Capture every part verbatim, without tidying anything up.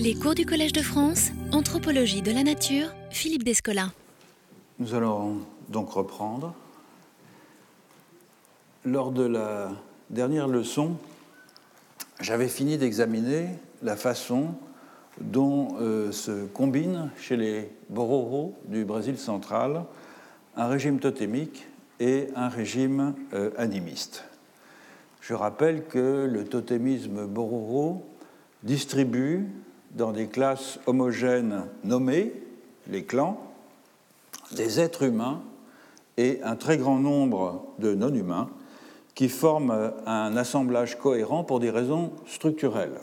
Les cours du Collège de France, Anthropologie de la nature, Philippe Descola. Nous allons donc reprendre. Lors de la dernière leçon, j'avais fini d'examiner la façon dont euh, se combine chez les Bororo du Brésil central un régime totémique et un régime euh, animiste. Je rappelle que le totémisme Bororo distribue dans des classes homogènes nommées, les clans, des êtres humains et un très grand nombre de non-humains qui forment un assemblage cohérent pour des raisons structurelles.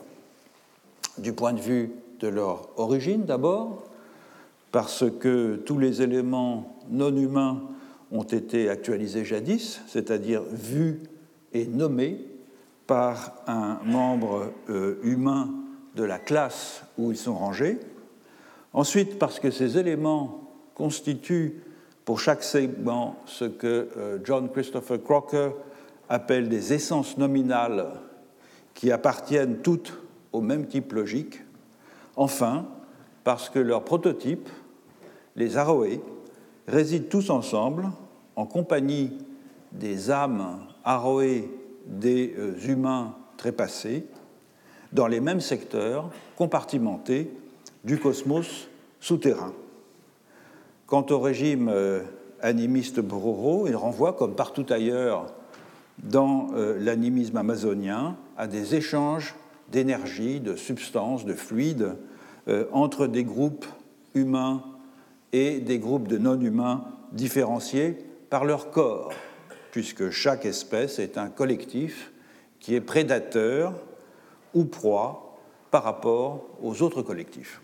Du point de vue de leur origine d'abord, parce que tous les éléments non-humains ont été actualisés jadis, c'est-à-dire vus et nommés par un membre euh, humain de la classe où ils sont rangés. Ensuite, parce que ces éléments constituent pour chaque segment ce que euh, John Christopher Crocker appelle des essences nominales qui appartiennent toutes au même type logique. Enfin, parce que leurs prototypes, les Aroé, résident tous ensemble en compagnie des âmes Aroé des euh, humains trépassés dans les mêmes secteurs compartimentés du cosmos souterrain. Quant au régime euh, animiste Bororo, il renvoie, comme partout ailleurs dans euh, l'animisme amazonien, à des échanges d'énergie, de substances, de fluides euh, entre des groupes humains et des groupes de non-humains différenciés par leur corps, puisque chaque espèce est un collectif qui est prédateur ou proie par rapport aux autres collectifs.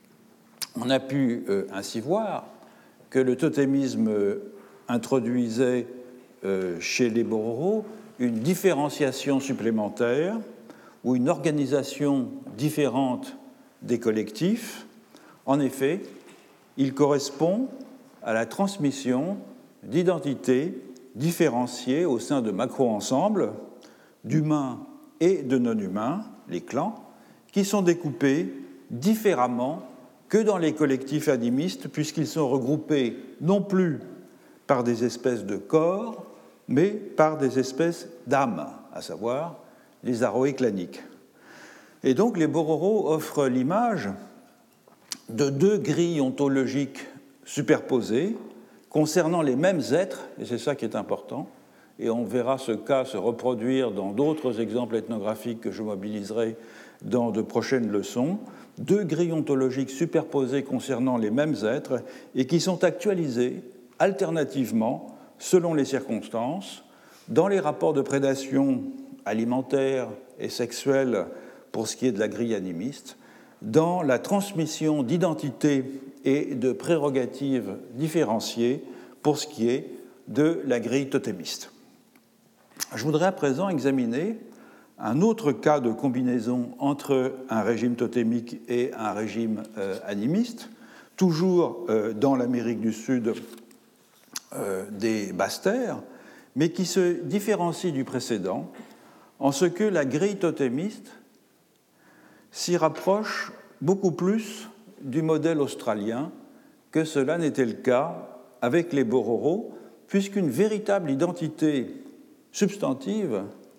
On a pu euh, ainsi voir que le totémisme introduisait euh, chez les Bororo une différenciation supplémentaire ou une organisation différente des collectifs. En effet, il correspond à la transmission d'identités différenciées au sein de macro-ensembles d'humains et de non-humains, les clans, qui sont découpés différemment que dans les collectifs animistes, puisqu'ils sont regroupés non plus par des espèces de corps, mais par des espèces d'âmes, à savoir les Aroé claniques. Et donc les Bororo offrent l'image de deux grilles ontologiques superposées concernant les mêmes êtres, et c'est ça qui est important, et on verra ce cas se reproduire dans d'autres exemples ethnographiques que je mobiliserai dans de prochaines leçons, deux grilles ontologiques superposées concernant les mêmes êtres et qui sont actualisées alternativement selon les circonstances dans les rapports de prédation alimentaire et sexuelle pour ce qui est de la grille animiste, dans la transmission d'identités et de prérogatives différenciées pour ce qui est de la grille totémiste. Je voudrais à présent examiner un autre cas de combinaison entre un régime totémique et un régime euh, animiste, toujours euh, dans l'Amérique du Sud euh, des basses-terres, mais qui se différencie du précédent en ce que la grille totémiste s'y rapproche beaucoup plus du modèle australien que cela n'était le cas avec les Bororo, puisqu'une véritable identité substantive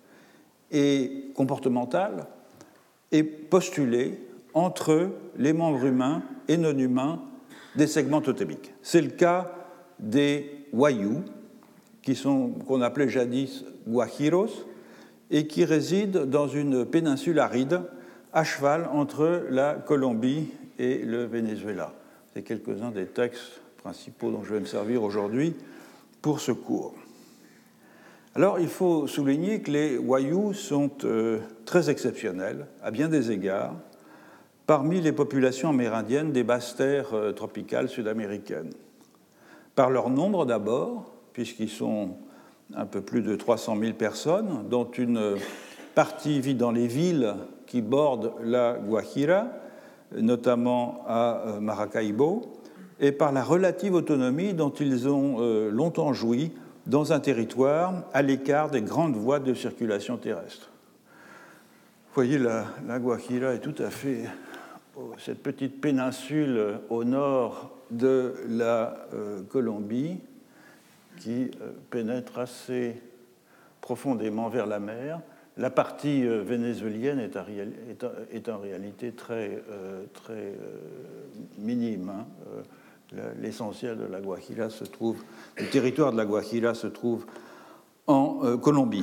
et comportementale est postulée entre les membres humains et non humains des segments totémiques. C'est le cas des Wayuu, qui sont, qu'on appelait jadis Guajiros, et qui résident dans une péninsule aride à cheval entre la Colombie et le Venezuela. C'est quelques-uns des textes principaux dont je vais me servir aujourd'hui pour ce cours. Alors, il faut souligner que les Wayuu sont euh, très exceptionnels, à bien des égards, parmi les populations amérindiennes des basses-terres euh, tropicales sud-américaines. Par leur nombre d'abord, puisqu'ils sont un peu plus de trois cent mille personnes, dont une partie vit dans les villes qui bordent la Guajira, notamment à Maracaibo, et par la relative autonomie dont ils ont euh, longtemps joui dans un territoire à l'écart des grandes voies de circulation terrestre. Vous voyez, la, la Guajira est tout à fait cette petite péninsule au nord de la euh, Colombie qui euh, pénètre assez profondément vers la mer. La partie euh, vénézuélienne est, réel, est, est en réalité très, euh, très euh, minime. Hein. Euh, l'essentiel de la Guajira se trouve, le territoire de la Guajira se trouve en euh, Colombie.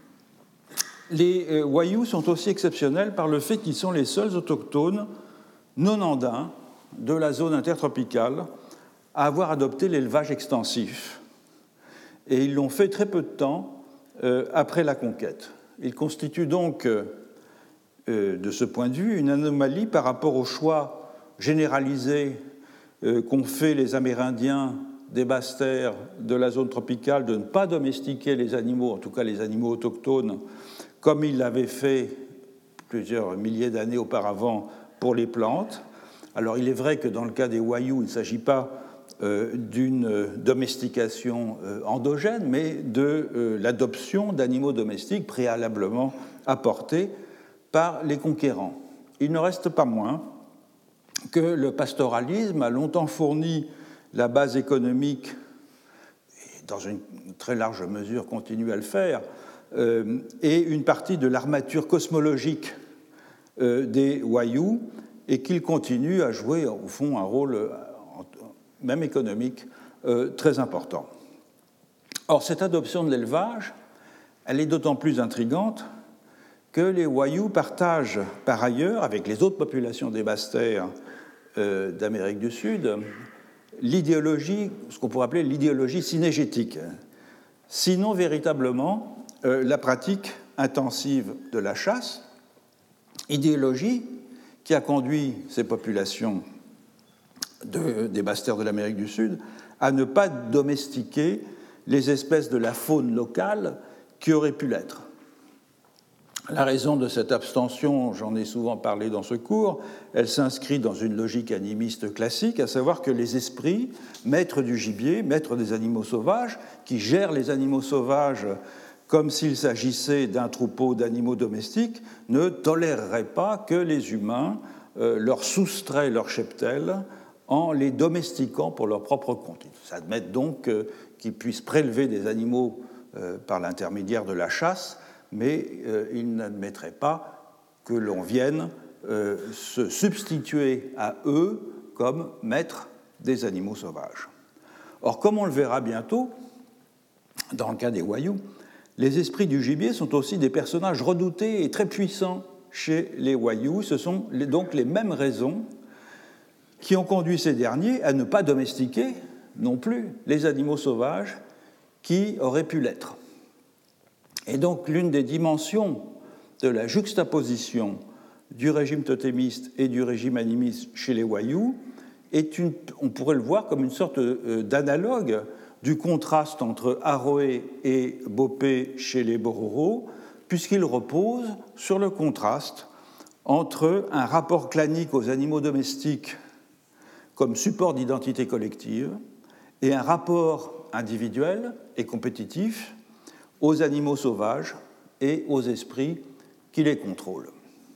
Les euh, Wayuu sont aussi exceptionnels par le fait qu'ils sont les seuls autochtones non andins de la zone intertropicale à avoir adopté l'élevage extensif. Et ils l'ont fait très peu de temps euh, après la conquête. Ils constituent donc, euh, de ce point de vue, une anomalie par rapport au choix généralisé euh, qu'ont fait les Amérindiens des basses-terres de la zone tropicale de ne pas domestiquer les animaux, en tout cas les animaux autochtones, comme ils l'avaient fait plusieurs milliers d'années auparavant pour les plantes. Alors il est vrai que dans le cas des Wayuu, il ne s'agit pas euh, d'une domestication euh, endogène, mais de euh, l'adoption d'animaux domestiques préalablement apportés par les conquérants. Il ne reste pas moins que le pastoralisme a longtemps fourni la base économique, et dans une très large mesure continue à le faire, euh, et une partie de l'armature cosmologique euh, des Wayuu, et qu'il continue à jouer, au fond, un rôle, euh, même économique, euh, très important. Or, cette adoption de l'élevage, elle est d'autant plus intrigante que les Wayuu partagent par ailleurs, avec les autres populations des basses-terres euh, d'Amérique du Sud, l'idéologie, ce qu'on pourrait appeler l'idéologie synégétique, sinon véritablement euh, la pratique intensive de la chasse, idéologie qui a conduit ces populations de, des basses-terres de l'Amérique du Sud à ne pas domestiquer les espèces de la faune locale qui auraient pu l'être. La raison de cette abstention, j'en ai souvent parlé dans ce cours, elle s'inscrit dans une logique animiste classique, à savoir que les esprits, maîtres du gibier, maîtres des animaux sauvages, qui gèrent les animaux sauvages comme s'il s'agissait d'un troupeau d'animaux domestiques, ne toléreraient pas que les humains euh, leur soustraient leur cheptel en les domestiquant pour leur propre compte. Ils admettent donc euh, qu'ils puissent prélever des animaux euh, par l'intermédiaire de la chasse, mais euh, ils n'admettraient pas que l'on vienne euh, se substituer à eux comme maîtres des animaux sauvages. Or, comme on le verra bientôt, dans le cas des Wayuu, les esprits du gibier sont aussi des personnages redoutés et très puissants chez les Wayuu. Ce sont donc les mêmes raisons qui ont conduit ces derniers à ne pas domestiquer non plus les animaux sauvages qui auraient pu l'être. Et donc l'une des dimensions de la juxtaposition du régime totémiste et du régime animiste chez les Wayuu est une, on pourrait le voir comme une sorte d'analogue du contraste entre Aroé et Bopé chez les Bororo, puisqu'il repose sur le contraste entre un rapport clanique aux animaux domestiques comme support d'identité collective et un rapport individuel et compétitif aux animaux sauvages et aux esprits qui les contrôlent.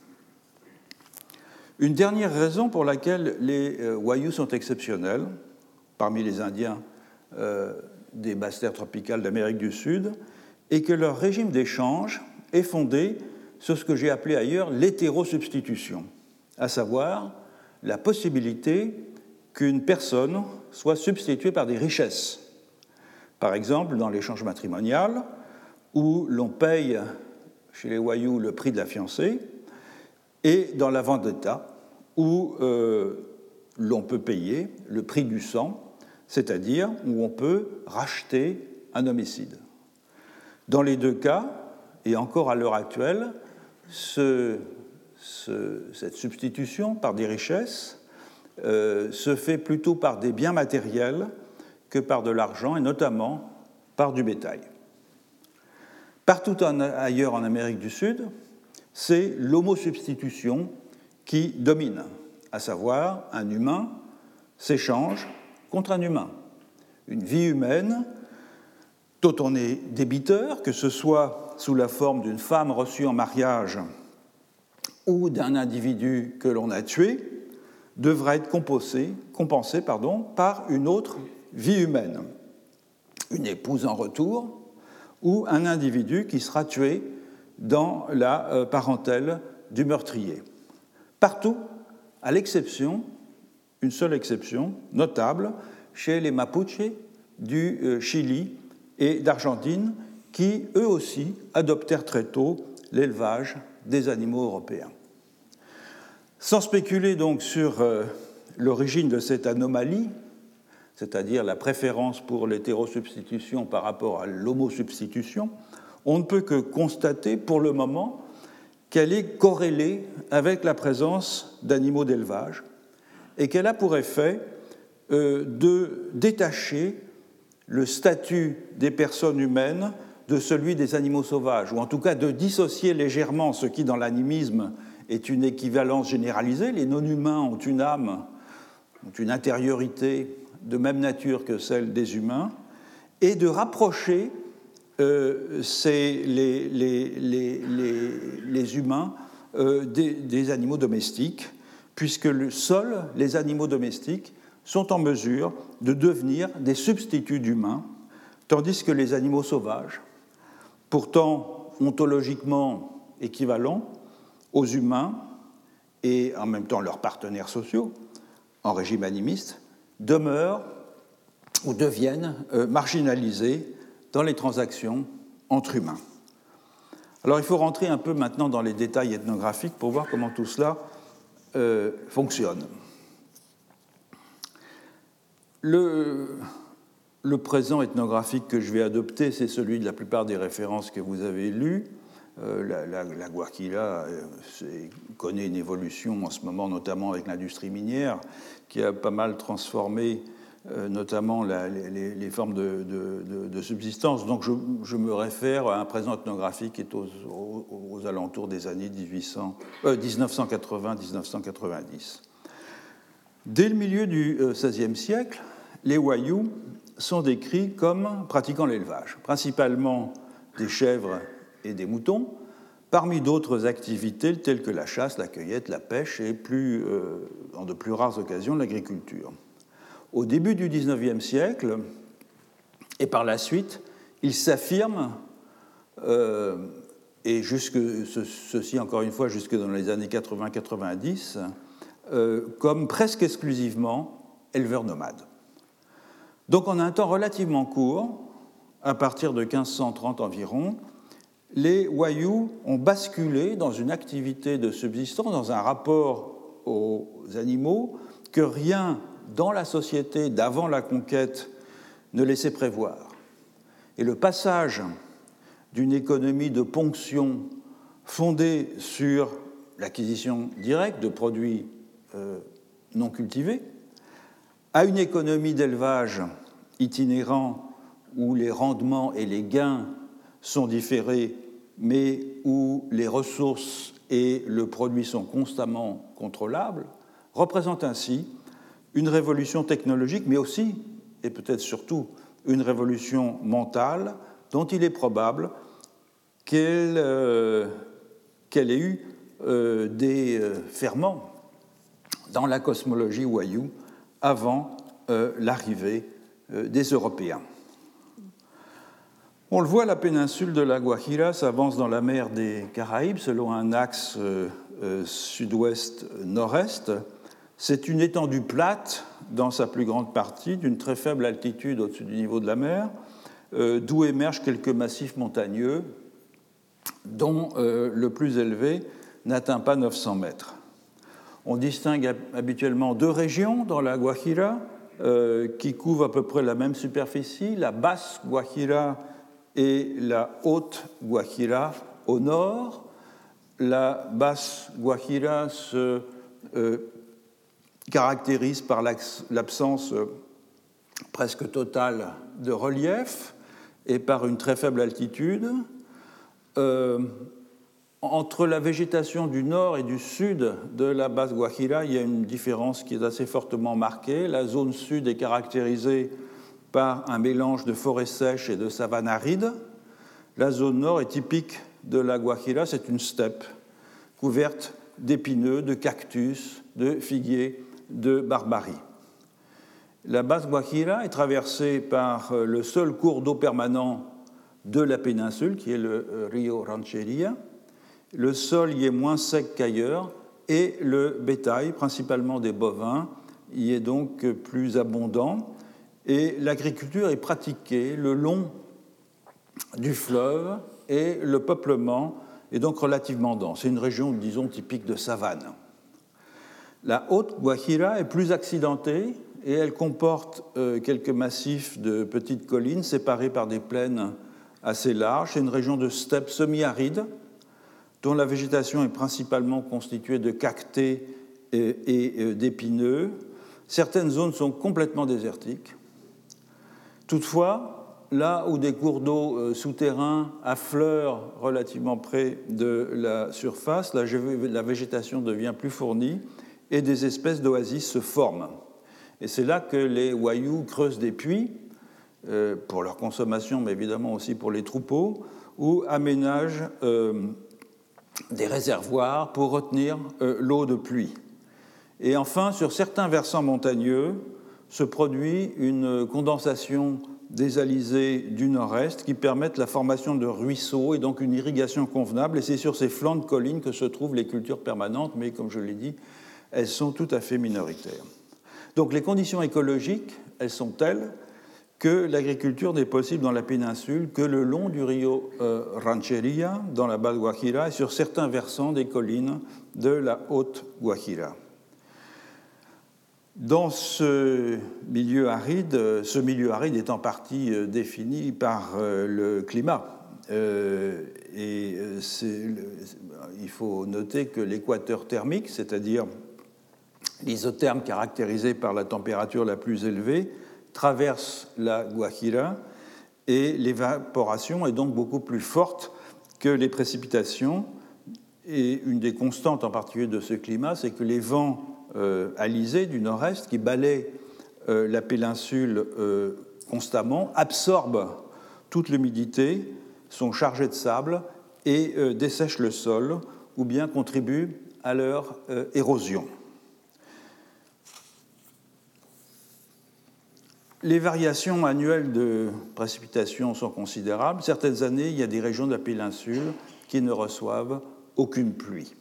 Une dernière raison pour laquelle les Wayuu sont exceptionnels, parmi les Indiens euh, des basses-terres tropicales d'Amérique du Sud, est que leur régime d'échange est fondé sur ce que j'ai appelé ailleurs l'hétérosubstitution, à savoir la possibilité qu'une personne soit substituée par des richesses. Par exemple, dans l'échange matrimonial, où l'on paye chez les Wayuu le prix de la fiancée, et dans la vendetta, où euh, l'on peut payer le prix du sang, c'est-à-dire où on peut racheter un homicide. Dans les deux cas, et encore à l'heure actuelle, ce, ce, cette substitution par des richesses euh, se fait plutôt par des biens matériels que par de l'argent, et notamment par du bétail. Partout en, ailleurs en Amérique du Sud, c'est l'homosubstitution qui domine, à savoir un humain s'échange contre un humain. Une vie humaine dont on est débiteur, que ce soit sous la forme d'une femme reçue en mariage ou d'un individu que l'on a tué, devra être compensé, compensé pardon, par une autre vie humaine, une épouse en retour ou un individu qui sera tué dans la parentèle du meurtrier. Partout, à l'exception, une seule exception notable, chez les Mapuches du Chili et d'Argentine, qui, eux aussi, adoptèrent très tôt l'élevage des animaux européens. Sans spéculer donc sur euh, l'origine de cette anomalie, c'est-à-dire la préférence pour l'hétérosubstitution par rapport à l'homosubstitution, on ne peut que constater pour le moment qu'elle est corrélée avec la présence d'animaux d'élevage et qu'elle a pour effet euh, de détacher le statut des personnes humaines de celui des animaux sauvages, ou en tout cas de dissocier légèrement ce qui, dans l'animisme, est une équivalence généralisée. Les non-humains ont une âme, ont une intériorité de même nature que celle des humains, et de rapprocher euh, ces, les, les, les, les, les humains euh, des, des animaux domestiques, puisque le, seuls les animaux domestiques sont en mesure de devenir des substituts d'humains, tandis que les animaux sauvages, pourtant ontologiquement équivalents aux humains et en même temps leurs partenaires sociaux en régime animiste, demeurent ou deviennent euh, marginalisés dans les transactions entre humains. Alors il faut rentrer un peu maintenant dans les détails ethnographiques pour voir comment tout cela euh, fonctionne. Le, le présent ethnographique que je vais adopter, c'est celui de la plupart des références que vous avez lues. Euh, la, la, la guaquila euh, connaît une évolution en ce moment, notamment avec l'industrie minière, qui a pas mal transformé euh, notamment la, les, les formes de, de, de, de subsistance. Donc je, je me réfère à un présent ethnographique qui est aux, aux, aux alentours des années dix-huit cents, euh, dix-neuf cent quatre-vingts à dix-neuf cent quatre-vingt-dix. Dès le milieu du seizième siècle, les Wayuu sont décrits comme pratiquant l'élevage, principalement des chèvres et des moutons, parmi d'autres activités telles que la chasse, la cueillette, la pêche et, plus, euh, en de plus rares occasions, l'agriculture. Au début du dix-neuvième siècle, et par la suite, ils s'affirment, euh, et jusque, ce, ceci encore une fois jusque dans les années quatre-vingts quatre-vingt-dix, euh, comme presque exclusivement éleveurs nomades. Donc en un temps relativement court, à partir de quinze cent trente environ, les Wayuu ont basculé dans une activité de subsistance, dans un rapport aux animaux que rien dans la société d'avant la conquête ne laissait prévoir. Et le passage d'une économie de ponction fondée sur l'acquisition directe de produits euh, non cultivés à une économie d'élevage itinérant où les rendements et les gains sont différés, mais où les ressources et le produit sont constamment contrôlables, représente ainsi une révolution technologique, mais aussi, et peut-être surtout, une révolution mentale dont il est probable qu'elle, euh, qu'elle ait eu euh, des euh, ferments dans la cosmologie Wayuu avant euh, l'arrivée euh, des Européens. On le voit, la péninsule de la Guajira s'avance dans la mer des Caraïbes selon un axe euh, euh, sud-ouest-nord-est. C'est une étendue plate dans sa plus grande partie, d'une très faible altitude au-dessus du niveau de la mer, euh, d'où émergent quelques massifs montagneux, dont euh, le plus élevé n'atteint pas neuf cents mètres. On distingue habituellement deux régions dans la Guajira euh, qui couvrent à peu près la même superficie, la basse Guajira et la haute Guajira au nord. La basse Guajira se euh, caractérise par l'absence euh, presque totale de relief et par une très faible altitude. Euh, entre la végétation du nord et du sud de la basse Guajira, il y a une différence qui est assez fortement marquée. La zone sud est caractérisée par un mélange de forêts sèches et de savanes arides. La zone nord est typique de la Guajira, c'est une steppe couverte d'épineux, de cactus, de figuiers de barbarie. La Basse Guajira est traversée par le seul cours d'eau permanent de la péninsule, qui est le Rio Rancheria. Le sol y est moins sec qu'ailleurs et le bétail, principalement des bovins, y est donc plus abondant. Et l'agriculture est pratiquée le long du fleuve et le peuplement est donc relativement dense. C'est une région, disons, typique de savane. La Haute Guajira est plus accidentée et elle comporte euh, quelques massifs de petites collines séparées par des plaines assez larges. C'est une région de steppe semi-aride dont la végétation est principalement constituée de cactés et, et, et d'épineux. Certaines zones sont complètement désertiques. Toutefois, là où des cours d'eau euh, souterrains affleurent relativement près de la surface, la, la végétation devient plus fournie et des espèces d'oasis se forment. Et c'est là que les Wayuu creusent des puits, euh, pour leur consommation, mais évidemment aussi pour les troupeaux, ou aménagent euh, des réservoirs pour retenir euh, l'eau de pluie. Et enfin, sur certains versants montagneux, se produit une condensation des alizés du nord-est qui permettent la formation de ruisseaux et donc une irrigation convenable. Et c'est sur ces flancs de collines que se trouvent les cultures permanentes, mais comme je l'ai dit, elles sont tout à fait minoritaires. Donc les conditions écologiques, elles sont telles que l'agriculture n'est possible dans la péninsule que le long du Rio euh, Rancheria, dans la Basse Guajira, et sur certains versants des collines de la Haute Guajira. Dans ce milieu aride, ce milieu aride est en partie défini par le climat. Euh, et c'est, il faut noter que l'équateur thermique, c'est-à-dire l'isotherme caractérisé par la température la plus élevée, traverse la Guajira et l'évaporation est donc beaucoup plus forte que les précipitations. Et une des constantes en particulier de ce climat, c'est que les vents Euh, alizés du nord-est qui balaient euh, la péninsule euh, constamment, absorbent toute l'humidité, sont chargés de sable et euh, dessèchent le sol ou bien contribuent à leur euh, érosion. Les variations annuelles de précipitations sont considérables. Certaines années, il y a des régions de la péninsule qui ne reçoivent aucune pluie.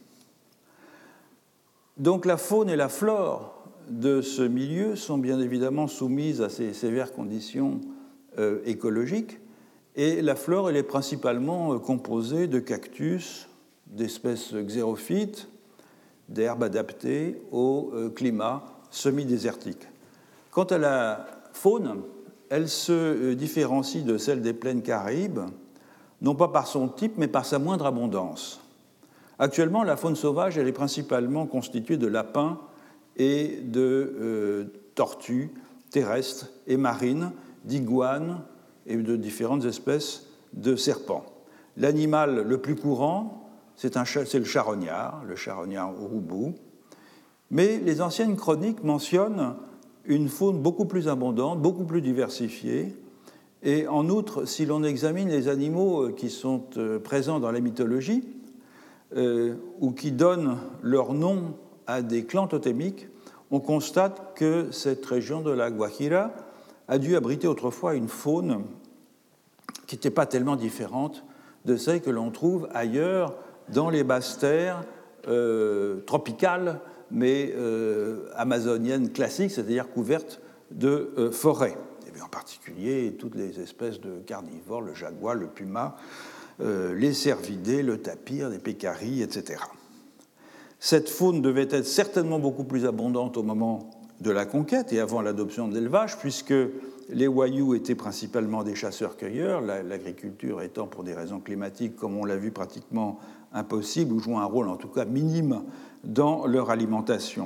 Donc la faune et la flore de ce milieu sont bien évidemment soumises à ces sévères conditions euh, écologiques, et la flore elle est principalement composée de cactus, d'espèces xérophytes, d'herbes adaptées au euh, climat semi-désertique. Quant à la faune, elle se différencie de celle des plaines caraïbes, non pas par son type, mais par sa moindre abondance. Actuellement, la faune sauvage elle est principalement constituée de lapins et de euh, tortues terrestres et marines, d'iguanes et de différentes espèces de serpents. L'animal le plus courant, c'est, un, c'est le charognard, le charognard urubu. Mais les anciennes chroniques mentionnent une faune beaucoup plus abondante, beaucoup plus diversifiée. Et en outre, si l'on examine les animaux qui sont présents dans la mythologie, Euh, ou qui donnent leur nom à des clans totémiques, on constate que cette région de la Guajira a dû abriter autrefois une faune qui n'était pas tellement différente de celle que l'on trouve ailleurs dans les basses terres euh, tropicales, mais euh, amazoniennes classiques, c'est-à-dire couvertes de euh, forêts. Et bien, en particulier, toutes les espèces de carnivores, le jaguar, le puma, Euh, les cervidés, le tapir, les pécaris, et cetera. Cette faune devait être certainement beaucoup plus abondante au moment de la conquête et avant l'adoption de l'élevage, puisque les Wayuu étaient principalement des chasseurs-cueilleurs, l'agriculture étant pour des raisons climatiques, comme on l'a vu, pratiquement impossible, ou jouant un rôle en tout cas minime dans leur alimentation.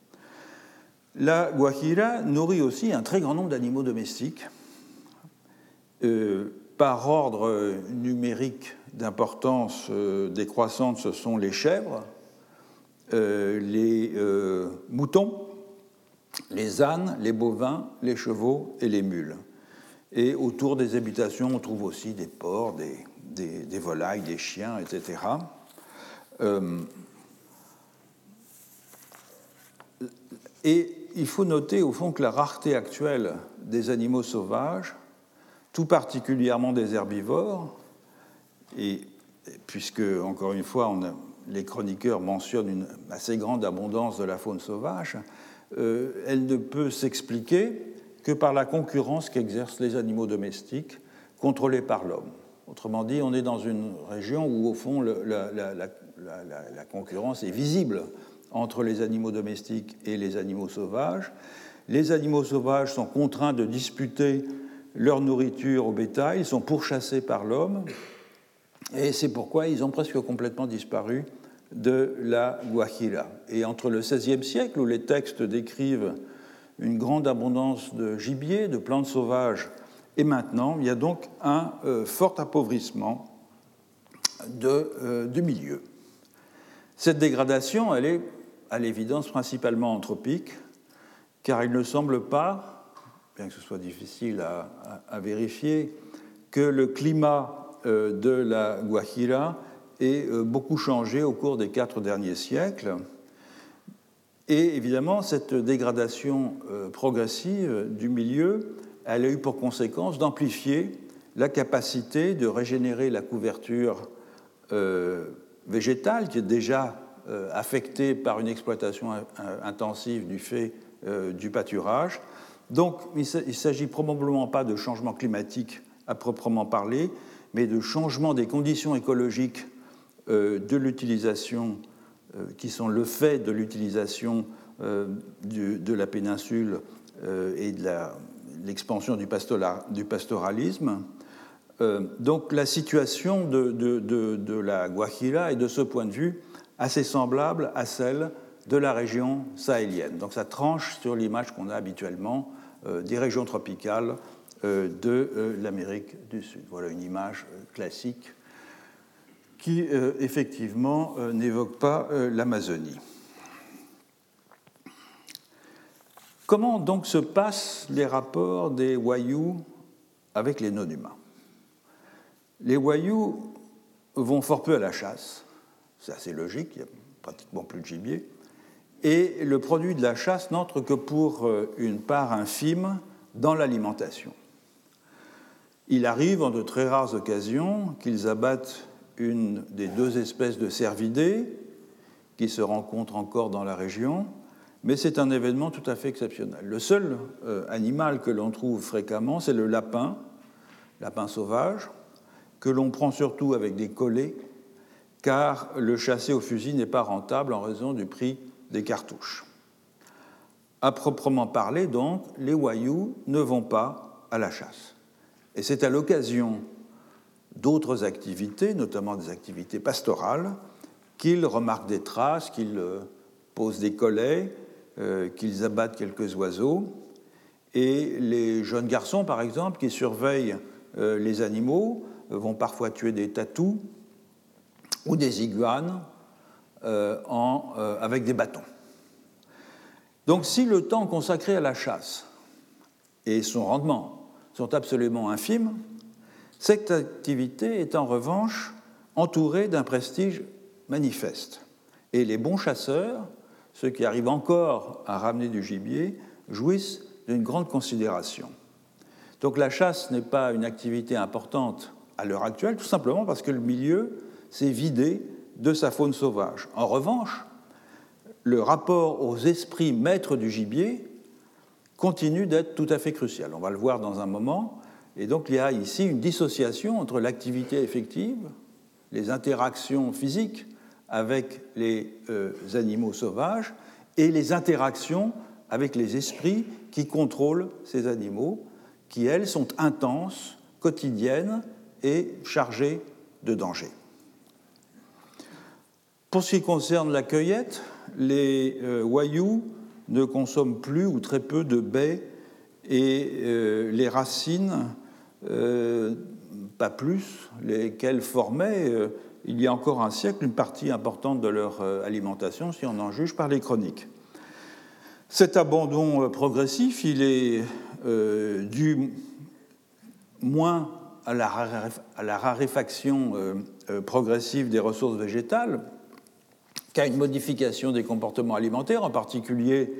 La Guajira nourrit aussi un très grand nombre d'animaux domestiques, euh, par ordre numérique d'importance euh, décroissante, ce sont les chèvres, euh, les euh, moutons, les ânes, les bovins, les chevaux et les mules. Et autour des habitations, on trouve aussi des porcs, des, des, des volailles, des chiens, et cetera. Euh, Et il faut noter au fond que la rareté actuelle des animaux sauvages, tout particulièrement des herbivores, et puisque, encore une fois, on a, les chroniqueurs mentionnent une assez grande abondance de la faune sauvage, euh, elle ne peut s'expliquer que par la concurrence qu'exercent les animaux domestiques contrôlés par l'homme. Autrement dit, on est dans une région où, au fond, le, la, la, la, la, la concurrence est visible entre les animaux domestiques et les animaux sauvages. Les animaux sauvages sont contraints de disputer leur nourriture au bétail, ils sont pourchassés par l'homme, et c'est pourquoi ils ont presque complètement disparu de la Guajira. Et entre le seizième siècle, où les textes décrivent une grande abondance de gibier, de plantes sauvages, et maintenant, il y a donc un euh, fort appauvrissement de, euh, du milieu. Cette dégradation, elle est à l'évidence principalement anthropique, car il ne semble pas, bien que ce soit difficile à, à, à vérifier, que le climat euh, de la Guajira ait euh, beaucoup changé au cours des quatre derniers siècles. Et évidemment, cette dégradation euh, progressive du milieu, elle a eu pour conséquence d'amplifier la capacité de régénérer la couverture euh, végétale, qui est déjà euh, affectée par une exploitation intensive du fait euh, du pâturage. Donc, il ne s'agit probablement pas de changement climatique à proprement parler, mais de changement des conditions écologiques euh, de l'utilisation, euh, qui sont le fait de l'utilisation euh, du, de la péninsule euh, et de la l'expansion du, du pastoralisme. Euh, donc la situation de, de, de, de la Guajira est de ce point de vue assez semblable à celle de la région sahélienne. Donc ça tranche sur l'image qu'on a habituellement euh, des régions tropicales euh, de euh, l'Amérique du Sud. Voilà une image euh, classique qui euh, effectivement euh, n'évoque pas euh, l'Amazonie. Comment donc se passent les rapports des Wayuu avec les non-humains? Les Wayuu vont fort peu à la chasse, c'est assez logique, il n'y a pratiquement plus de gibier, et le produit de la chasse n'entre que pour une part infime dans l'alimentation. Il arrive en de très rares occasions qu'ils abattent une des deux espèces de cervidés qui se rencontrent encore dans la région, mais c'est un événement tout à fait exceptionnel. Le seul euh, animal que l'on trouve fréquemment, c'est le lapin, lapin sauvage, que l'on prend surtout avec des collets, car le chasser au fusil n'est pas rentable en raison du prix des cartouches. À proprement parler, donc, les Wayuu ne vont pas à la chasse. Et c'est à l'occasion d'autres activités, notamment des activités pastorales, qu'ils remarquent des traces, qu'ils euh, posent des collets, Euh, qu'ils abattent quelques oiseaux. Et les jeunes garçons, par exemple, qui surveillent euh, les animaux, euh, vont parfois tuer des tatous ou des iguanes euh, en, euh, avec des bâtons. Donc si le temps consacré à la chasse et son rendement sont absolument infimes, cette activité est en revanche entourée d'un prestige manifeste. Et les bons chasseurs, ceux qui arrivent encore à ramener du gibier, jouissent d'une grande considération. Donc la chasse n'est pas une activité importante à l'heure actuelle, tout simplement parce que le milieu s'est vidé de sa faune sauvage. En revanche, le rapport aux esprits maîtres du gibier continue d'être tout à fait crucial. On va le voir dans un moment. Et donc il y a ici une dissociation entre l'activité effective, les interactions physiques avec les euh, animaux sauvages et les interactions avec les esprits qui contrôlent ces animaux, qui, elles, sont intenses, quotidiennes et chargées de danger. Pour ce qui concerne la cueillette, les euh, Wayuu ne consomment plus ou très peu de baies et euh, les racines, euh, pas plus, lesquelles formaient euh, il y a encore un siècle une partie importante de leur alimentation, si on en juge par les chroniques. Cet abandon progressif, il est euh, dû moins à la, raréf- à la raréfaction euh, euh, progressive des ressources végétales qu'à une modification des comportements alimentaires, en particulier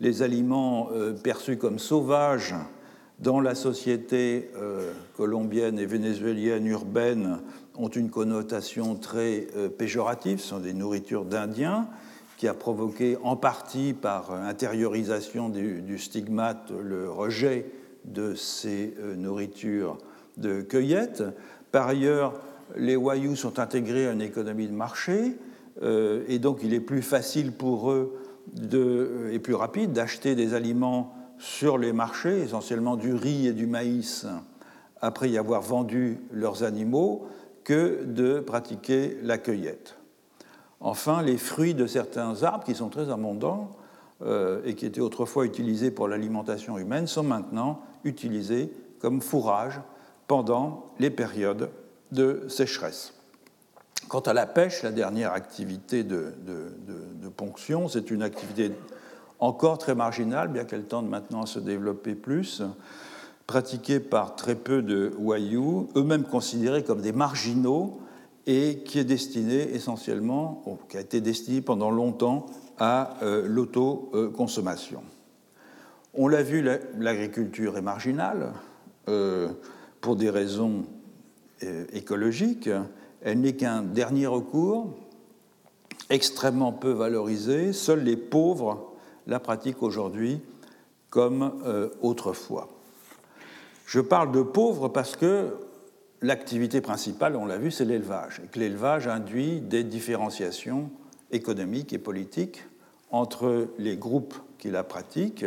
les aliments euh, perçus comme sauvages dans la société euh, colombienne et vénézuélienne urbaine ont une connotation très euh, péjorative. Ce sont des nourritures d'Indiens, qui a provoqué en partie par intériorisation du, du stigmate le rejet de ces euh, nourritures de cueillette. Par ailleurs, les Wayuu sont intégrés à une économie de marché euh, et donc il est plus facile pour eux de, et plus rapide d'acheter des aliments sur les marchés, essentiellement du riz et du maïs, après y avoir vendu leurs animaux, que de pratiquer la cueillette. Enfin, les fruits de certains arbres, qui sont très abondants euh, et qui étaient autrefois utilisés pour l'alimentation humaine, sont maintenant utilisés comme fourrage pendant les périodes de sécheresse. Quant à la pêche, la dernière activité de, de, de, de ponction, c'est une activité encore très marginale, bien qu'elle tende maintenant à se développer plus, pratiquée par très peu de Wayuu, eux-mêmes considérés comme des marginaux, et qui est destinée essentiellement, ou qui a été destinée pendant longtemps à euh, l'autoconsommation. On l'a vu, l'agriculture est marginale euh, pour des raisons euh, écologiques. Elle n'est qu'un dernier recours, extrêmement peu valorisé. Seuls les pauvres la pratiquent aujourd'hui comme euh, autrefois. Je parle de pauvres parce que l'activité principale, on l'a vu, c'est l'élevage, et que l'élevage induit des différenciations économiques et politiques entre les groupes qui la pratiquent.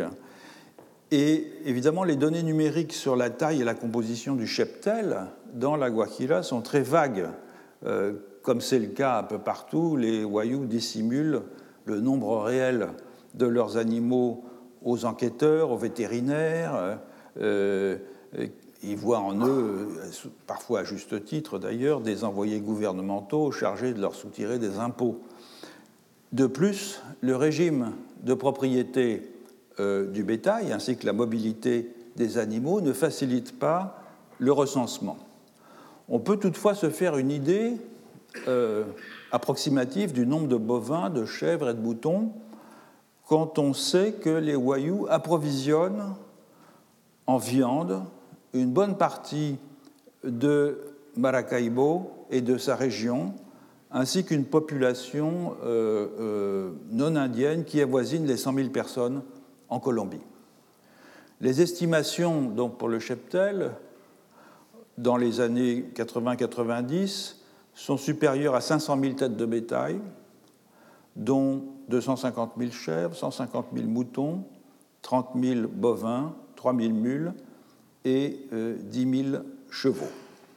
Et évidemment, les données numériques sur la taille et la composition du cheptel dans la Guajira sont très vagues. Euh, comme c'est le cas un peu partout, les Wayuu dissimulent le nombre réel de leurs animaux aux enquêteurs, aux vétérinaires. Euh, Ils voient en eux, parfois à juste titre d'ailleurs, des envoyés gouvernementaux chargés de leur soutirer des impôts. De plus, le régime de propriété euh, du bétail ainsi que la mobilité des animaux ne facilite pas le recensement. On peut toutefois se faire une idée euh, approximative du nombre de bovins, de chèvres et de moutons quand on sait que les Wayuu approvisionnent en viande une bonne partie de Maracaibo et de sa région, ainsi qu'une population euh, euh, non indienne qui avoisine les cent mille personnes en Colombie. Les estimations donc, pour le cheptel, dans les années quatre-vingts quatre-vingt-dix, sont supérieures à cinq cent mille têtes de bétail, dont deux cent cinquante mille chèvres, cent cinquante mille moutons, trente mille bovins, trois mille mules, et euh, dix mille chevaux.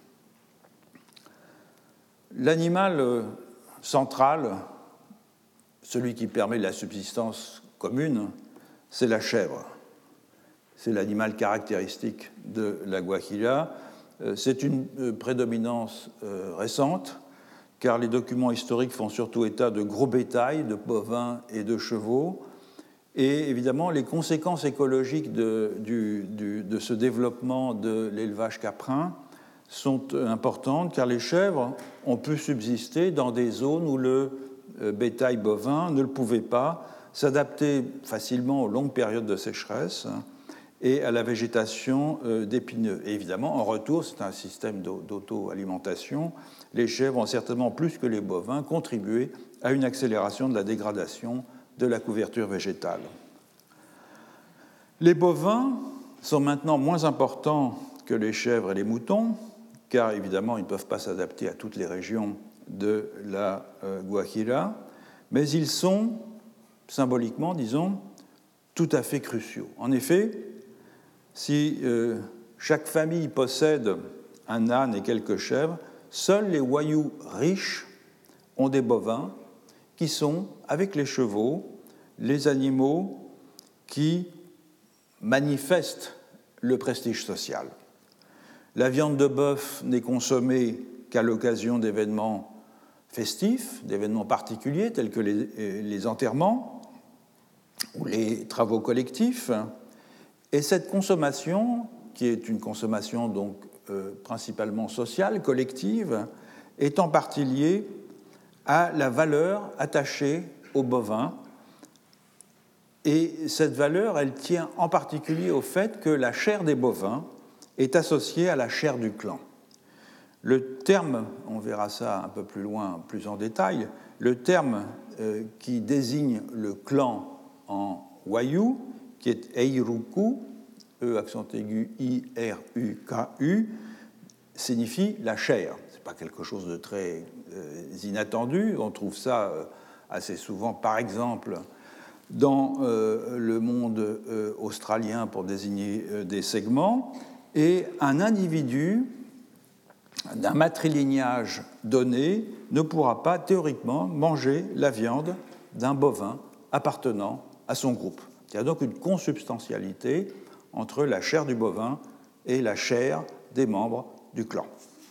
L'animal euh, central, celui qui permet la subsistance commune, c'est la chèvre. C'est l'animal caractéristique de la Guajira. Euh, c'est une euh, prédominance euh, récente, car les documents historiques font surtout état de gros bétail, de bovins et de chevaux. Et évidemment, les conséquences écologiques de, du, du, de ce développement de l'élevage caprin sont importantes, car les chèvres ont pu subsister dans des zones où le bétail bovin ne le pouvait pas, s'adapter facilement aux longues périodes de sécheresse et à la végétation d'épineux. Et évidemment, en retour, c'est un système d'auto-alimentation. Les chèvres ont certainement, plus que les bovins, contribué à une accélération de la dégradation de la couverture végétale. Les bovins sont maintenant moins importants que les chèvres et les moutons, car évidemment ils ne peuvent pas s'adapter à toutes les régions de la euh, Guajira, mais ils sont, symboliquement, disons, tout à fait cruciaux. En effet, si euh, chaque famille possède un âne et quelques chèvres, seuls les Wayuu riches ont des bovins qui sont, avec les chevaux, les animaux qui manifestent le prestige social. La viande de bœuf n'est consommée qu'à l'occasion d'événements festifs, d'événements particuliers tels que les, les enterrements ou les travaux collectifs. Et cette consommation, qui est une consommation donc euh, principalement sociale, collective, est en partie liée à la valeur attachée aux bovins Et cette valeur, elle tient en particulier au fait que la chair des bovins est associée à la chair du clan. Le terme, on verra ça un peu plus loin, plus en détail, le terme euh, qui désigne le clan en Wayuu, qui est Eiruku, E accent aigu I R U K U, signifie la chair. Ce n'est pas quelque chose de très euh, inattendu. On trouve ça euh, assez souvent, par exemple, dans euh, le monde euh, australien pour désigner euh, des segments. Et un individu d'un matrilignage donné ne pourra pas théoriquement manger la viande d'un bovin appartenant à son groupe. Il y a donc une consubstantialité entre la chair du bovin et la chair des membres du clan.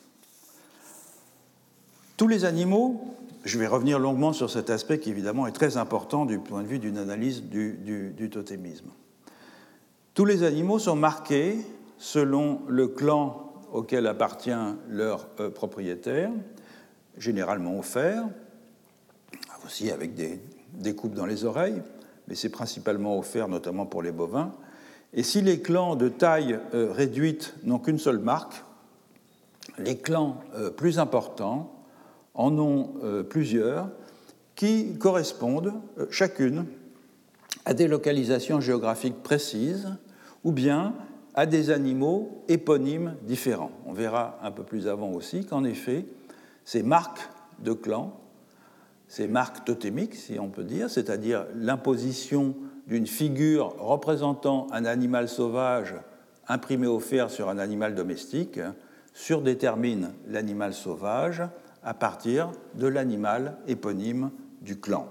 Tous les animaux, je vais revenir longuement sur cet aspect qui évidemment est très important du point de vue d'une analyse du, du, du totémisme. Tous les animaux sont marqués selon le clan auquel appartient leur euh, propriétaire, généralement au fer, aussi avec des, des coupes dans les oreilles, mais c'est principalement au fer, notamment pour les bovins. Et si les clans de taille euh, réduite n'ont qu'une seule marque, les clans euh, plus importants en ont euh, plusieurs qui correspondent euh, chacune à des localisations géographiques précises ou bien à des animaux éponymes différents. On verra un peu plus avant aussi qu'en effet, ces marques de clans, ces marques totémiques, si on peut dire, c'est-à-dire l'imposition d'une figure représentant un animal sauvage imprimé au fer sur un animal domestique, surdétermine l'animal sauvage à partir de l'animal éponyme du clan.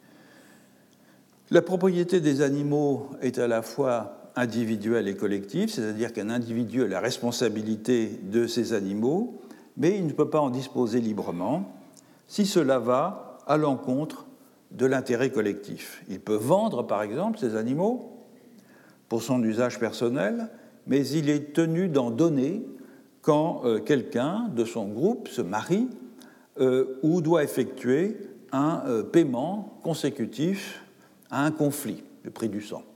La propriété des animaux est à la fois individuelle et collective, c'est-à-dire qu'un individu a la responsabilité de ces animaux, mais il ne peut pas en disposer librement si cela va à l'encontre de l'intérêt collectif. Il peut vendre, par exemple, ces animaux pour son usage personnel, mais il est tenu d'en donner quand euh, quelqu'un de son groupe se marie euh, ou doit effectuer un euh, paiement consécutif à un conflit, le prix du sang.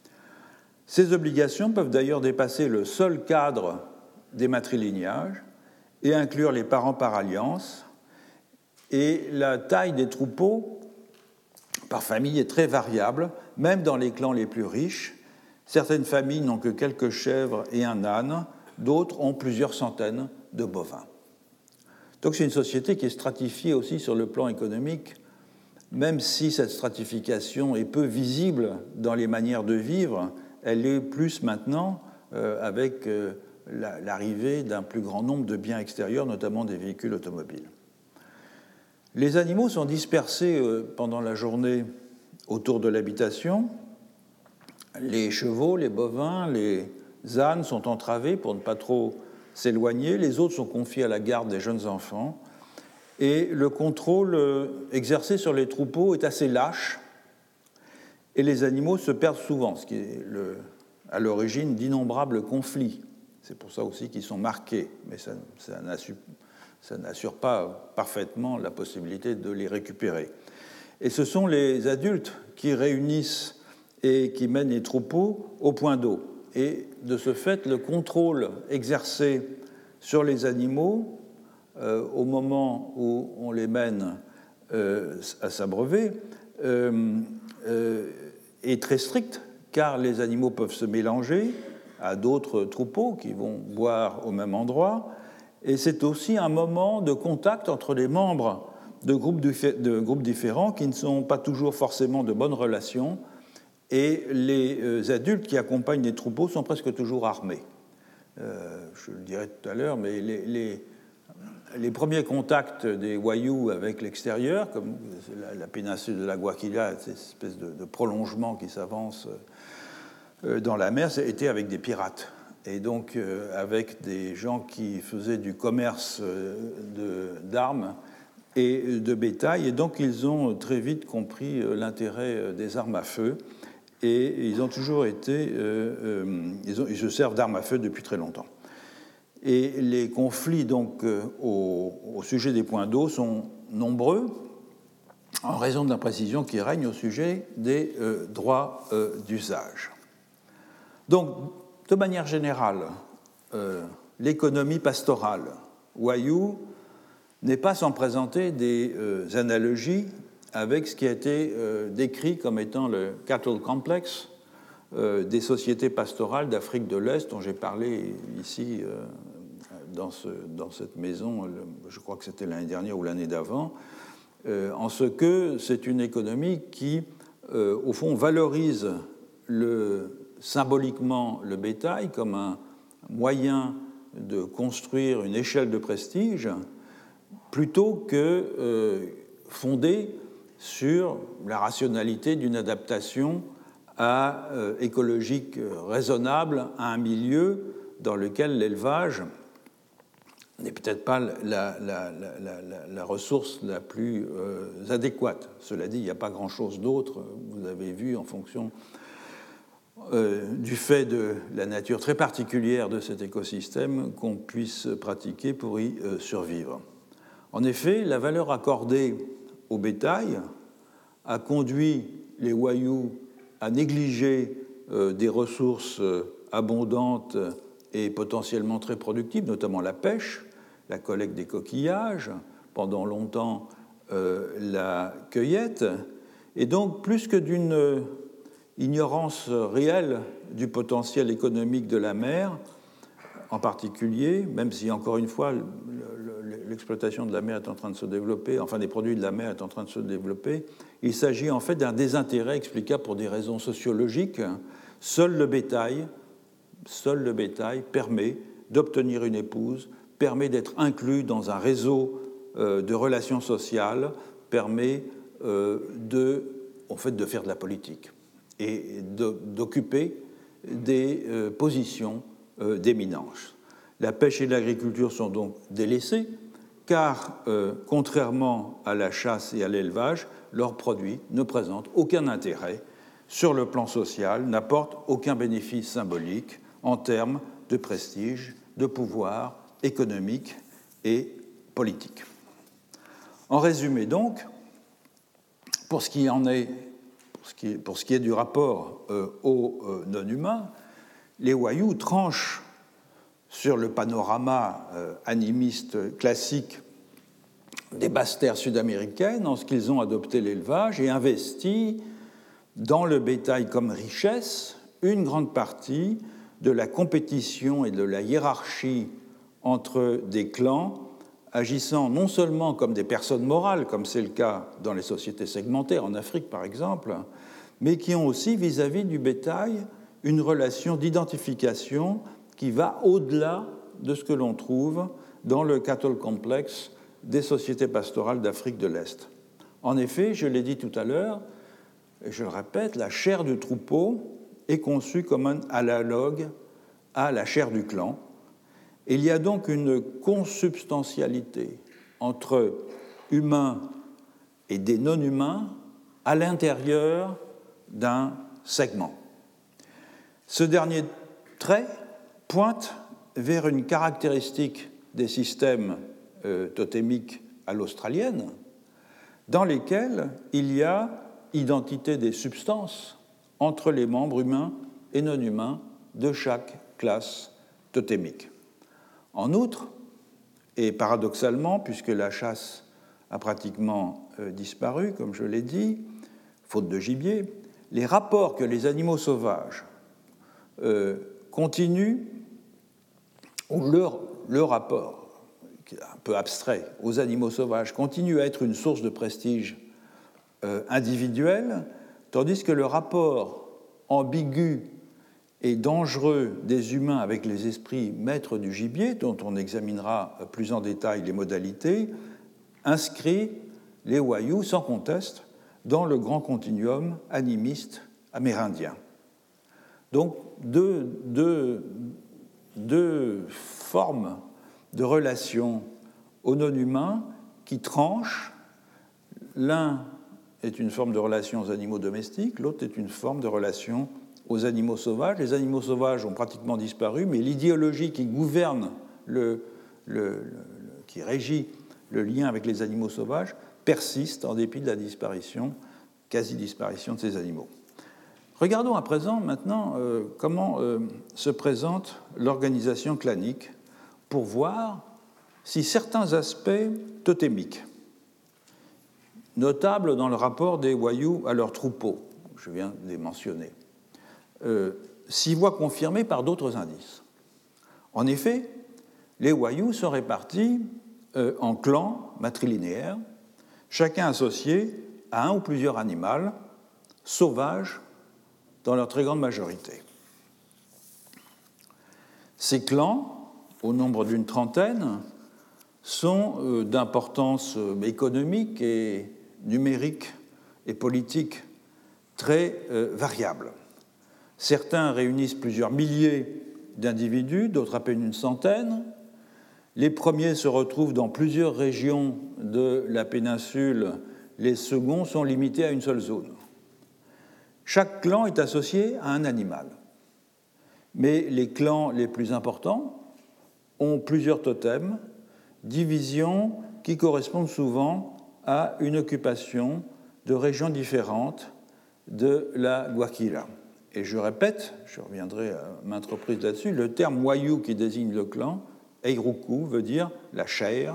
Ces obligations peuvent d'ailleurs dépasser le seul cadre des matrilignages et inclure les parents par alliance, et la taille des troupeaux par famille est très variable, même dans les clans les plus riches. Certaines familles n'ont que quelques chèvres et un âne, d'autres ont plusieurs centaines de bovins. Donc c'est une société qui est stratifiée aussi sur le plan économique, même si cette stratification est peu visible dans les manières de vivre, elle est plus maintenant euh, avec euh, la, l'arrivée d'un plus grand nombre de biens extérieurs, notamment des véhicules automobiles. Les animaux sont dispersés euh, pendant la journée autour de l'habitation. Les chevaux, les bovins, les ânes sont entravés pour ne pas trop s'éloigner. Les autres sont confiés à la garde des jeunes enfants. Et le contrôle euh, exercé sur les troupeaux est assez lâche. Et les animaux se perdent souvent, ce qui est le, à l'origine d'innombrables conflits. C'est pour ça aussi qu'ils sont marqués, mais ça, ça, n'assure, ça n'assure pas parfaitement la possibilité de les récupérer. Et ce sont les adultes qui réunissent et qui mènent les troupeaux au point d'eau. Et de ce fait, le contrôle exercé sur les animaux, euh, au moment où on les mène euh, à s'abreuver, euh, euh, est très strict, car les animaux peuvent se mélanger à d'autres troupeaux qui vont boire au même endroit, et c'est aussi un moment de contact entre les membres de groupes, de groupes différents qui ne sont pas toujours forcément de bonnes relations, et les adultes qui accompagnent les troupeaux sont presque toujours armés. Euh, je le dirai tout à l'heure, mais les, les, les premiers contacts des Wayuu avec l'extérieur, comme la, la péninsule de la Guaquilla, cette espèce de, de prolongement qui s'avance euh, dans la mer, c'était avec des pirates. Et donc euh, avec des gens qui faisaient du commerce euh, de, d'armes et de bétail. Et donc ils ont très vite compris euh, l'intérêt des armes à feu. Et ils ont toujours été, euh, euh, ils, ont, ils se servent d'armes à feu depuis très longtemps. Et les conflits donc euh, au, au sujet des points d'eau sont nombreux. en raison de l'imprécision qui règne au sujet des euh, droits euh, d'usage. Donc, de manière générale, euh, l'économie pastorale, Wayuu, n'est pas sans présenter des euh, analogies avec ce qui a été euh, décrit comme étant le cattle complex euh, des sociétés pastorales d'Afrique de l'Est, dont j'ai parlé ici euh, dans, ce, dans cette maison, le, je crois que c'était l'année dernière ou l'année d'avant, euh, en ce que c'est une économie qui, euh, au fond, valorise le, symboliquement le bétail comme un moyen de construire une échelle de prestige, plutôt que euh, fondée sur la rationalité d'une adaptation à, euh, écologique raisonnable à un milieu dans lequel l'élevage n'est peut-être pas la, la, la, la, la ressource la plus euh, adéquate. Cela dit, il n'y a pas grand-chose d'autre, vous avez vu, en fonction euh, du fait de la nature très particulière de cet écosystème, qu'on puisse pratiquer pour y euh, survivre. En effet, la valeur accordée au bétail a conduit les Wayuu à négliger euh, des ressources euh, abondantes et potentiellement très productives, notamment la pêche, la collecte des coquillages, pendant longtemps euh, la cueillette, et donc plus que d'une euh, ignorance réelle du potentiel économique de la mer, en particulier, même si, encore une fois, l'exploitation de la mer est en train de se développer, enfin des produits de la mer est en train de se développer, il s'agit en fait d'un désintérêt explicable pour des raisons sociologiques. Seul le bétail, seul le bétail permet d'obtenir une épouse, permet d'être inclus dans un réseau euh, de relations sociales, permet euh, de, en fait, de faire de la politique et de, d'occuper des euh, positions euh, d'éminence. La pêche et l'agriculture sont donc délaissées, car, euh, contrairement à la chasse et à l'élevage, leurs produits ne présentent aucun intérêt sur le plan social, n'apportent aucun bénéfice symbolique en termes de prestige, de pouvoir économique et politique. En résumé donc, pour ce qui en est, pour ce qui est, pour ce qui est du rapport euh, aux euh, non-humains, les Wayuu tranchent sur le panorama euh, animiste classique des basses terres sud-américaines en ce qu'ils ont adopté l'élevage et investi dans le bétail comme richesse une grande partie de la compétition et de la hiérarchie entre des clans agissant non seulement comme des personnes morales, comme c'est le cas dans les sociétés segmentaires, en Afrique par exemple, mais qui ont aussi vis-à-vis du bétail une relation d'identification qui va au-delà de ce que l'on trouve dans le cattle complex des sociétés pastorales d'Afrique de l'Est. En effet, je l'ai dit tout à l'heure, et je le répète, la chair du troupeau est conçue comme un analogue à la chair du clan. Il y a donc une consubstantialité entre humains et des non-humains à l'intérieur d'un segment. Ce dernier trait pointe vers une caractéristique des systèmes euh, totémiques à l'australienne, dans lesquels il y a identité des substances entre les membres humains et non humains de chaque classe totémique. En outre, et paradoxalement, puisque la chasse a pratiquement euh, disparu, comme je l'ai dit, faute de gibier, les rapports que les animaux sauvages euh, continuent, ou leur, le rapport, qui est un peu abstrait, aux animaux sauvages, continue à être une source de prestige euh, individuel, tandis que le rapport ambigu et dangereux des humains avec les esprits maîtres du gibier, dont on examinera plus en détail les modalités, inscrit les Wayuu, sans conteste, dans le grand continuum animiste amérindien. Donc, deux, deux, deux formes de relations aux non-humains qui tranchent. L'un est une forme de relation aux animaux domestiques, l'autre est une forme de relation aux animaux sauvages. Les animaux sauvages ont pratiquement disparu, mais l'idéologie qui gouverne, le, le, le, qui régit le lien avec les animaux sauvages persiste en dépit de la disparition, quasi-disparition de ces animaux. Regardons à présent maintenant euh, comment euh, se présente l'organisation clanique pour voir si certains aspects totémiques, notables dans le rapport des Wayuu à leurs troupeaux, je viens de les mentionner, euh, s'y voient confirmés par d'autres indices. En effet, les Wayuu sont répartis euh, en clans matrilinéaires, chacun associé à un ou plusieurs animaux sauvages dans leur très grande majorité. Ces clans, au nombre d'une trentaine, sont euh, d'importance euh, économique et numérique et politique très euh, variable. Certains réunissent plusieurs milliers d'individus, d'autres à peine une centaine. Les premiers se retrouvent dans plusieurs régions de la péninsule, les seconds sont limités à une seule zone. Chaque clan est associé à un animal. Mais les clans les plus importants ont plusieurs totems, divisions qui correspondent souvent à une occupation de régions différentes de la Guajira. Et je répète, je reviendrai à maintes reprises là-dessus, le terme Wayu qui désigne le clan, Eiruku, veut dire la chair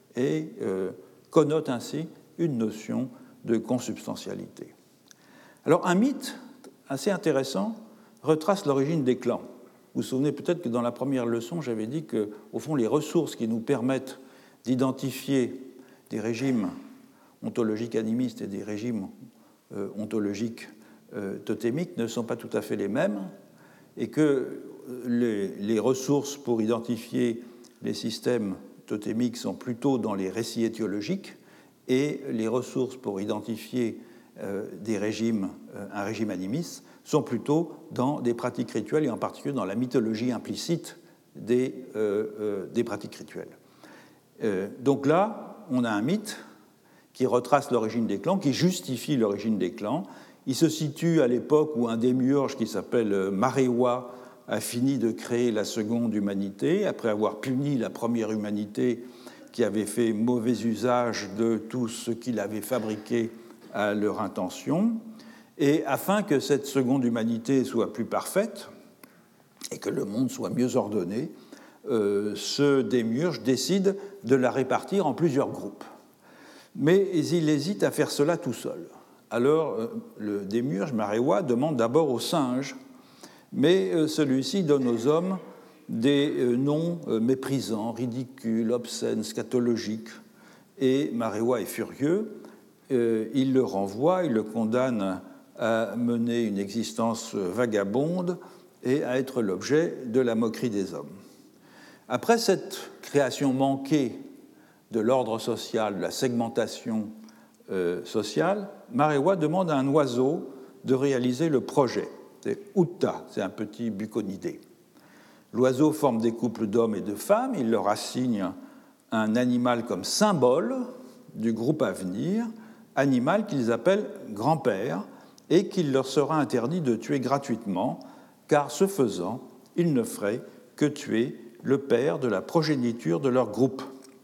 et euh, connote ainsi une notion de consubstantialité. Alors un mythe assez intéressant retrace l'origine des clans. Vous vous souvenez peut-être que dans la première leçon, j'avais dit que, au fond, les ressources qui nous permettent d'identifier des régimes ontologiques animistes et des régimes euh, ontologiques euh, totémiques ne sont pas tout à fait les mêmes, et que les, les ressources pour identifier les systèmes totémiques sont plutôt dans les récits étiologiques, et les ressources pour identifier euh, des régimes, euh, un régime animiste sont plutôt dans des pratiques rituelles, et en particulier dans la mythologie implicite des, euh, euh, des pratiques rituelles. Euh, donc là, on a un mythe qui retrace l'origine des clans, qui justifie l'origine des clans. Il se situe à l'époque où un démiurge qui s'appelle Marewa a fini de créer la seconde humanité, après avoir puni la première humanité qui avait fait mauvais usage de tout ce qu'il avait fabriqué à leur intention. Et afin que cette seconde humanité soit plus parfaite et que le monde soit mieux ordonné, euh, ce démiurge décide de la répartir en plusieurs groupes. Mais il hésite à faire cela tout seul. Alors, euh, le démiurge, Marewa, demande d'abord aux singes, mais euh, celui-ci donne aux hommes des euh, noms euh, méprisants, ridicules, obscènes, scatologiques. Et Marewa est furieux, euh, il le renvoie, il le condamne à mener une existence vagabonde et à être l'objet de la moquerie des hommes. Après cette création manquée de l'ordre social, de la segmentation euh, sociale, Marewa demande à un oiseau de réaliser le projet. C'est Utta, c'est un petit buconidé. L'oiseau forme des couples d'hommes et de femmes, il leur assigne un animal comme symbole du groupe à venir, animal qu'ils appellent grand-père, et qu'il leur sera interdit de tuer gratuitement, car ce faisant, ils ne feraient que tuer le père de la progéniture de leur groupe.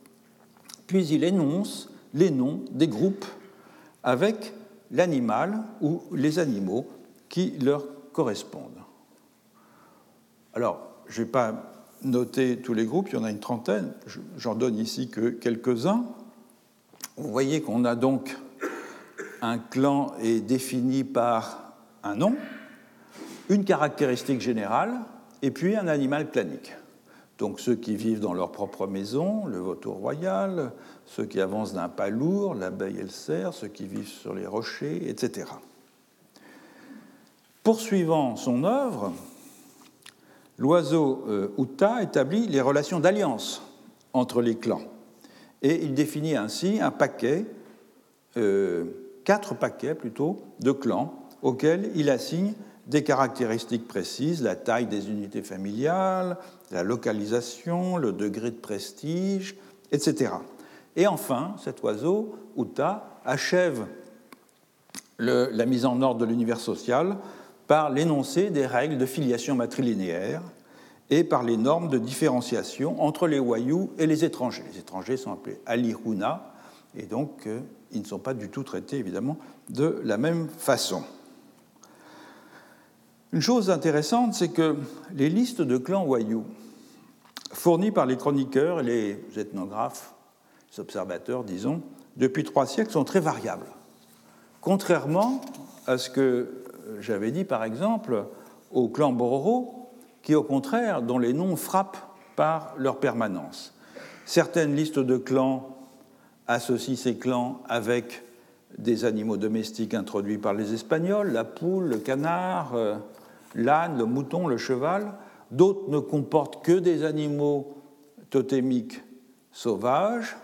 Puis il énonce les noms des groupes avec l'animal ou les animaux qui leur correspondent. Alors, je ne vais pas noter tous les groupes, il y en a une trentaine, j'en donne ici que quelques-uns. Vous voyez qu'on a donc un clan est défini par un nom, une caractéristique générale, et puis un animal clanique. Donc ceux qui vivent dans leur propre maison, le vautour royal, ceux qui avancent d'un pas lourd, l'abeille et le cerf, ceux qui vivent sur les rochers, et cetera. Poursuivant son œuvre, l'oiseau euh, Utta établit les relations d'alliance entre les clans. Et il définit ainsi un paquet, euh, quatre paquets plutôt, de clans auxquels il assigne des caractéristiques précises, la taille des unités familiales, la localisation, le degré de prestige, et cetera. Et enfin, cet oiseau, Utta, achève le, la mise en ordre de l'univers social par l'énoncé des règles de filiation matrilinéaire et par les normes de différenciation entre les Wayuu et les étrangers. Les étrangers sont appelés Alihuna, et donc ils ne sont pas du tout traités, évidemment, de la même façon. Une chose intéressante, c'est que les listes de clans Wayuu, fournies par les chroniqueurs et les ethnographes, les observateurs, disons, depuis trois siècles, sont très variables. Contrairement à ce que j'avais dit, par exemple, au clan Bororo, qui, au contraire, dont les noms frappent par leur permanence. Certaines listes de clans associent ces clans avec des animaux domestiques introduits par les Espagnols, la poule, le canard, euh, l'âne, le mouton, le cheval. D'autres ne comportent que des animaux totémiques sauvages.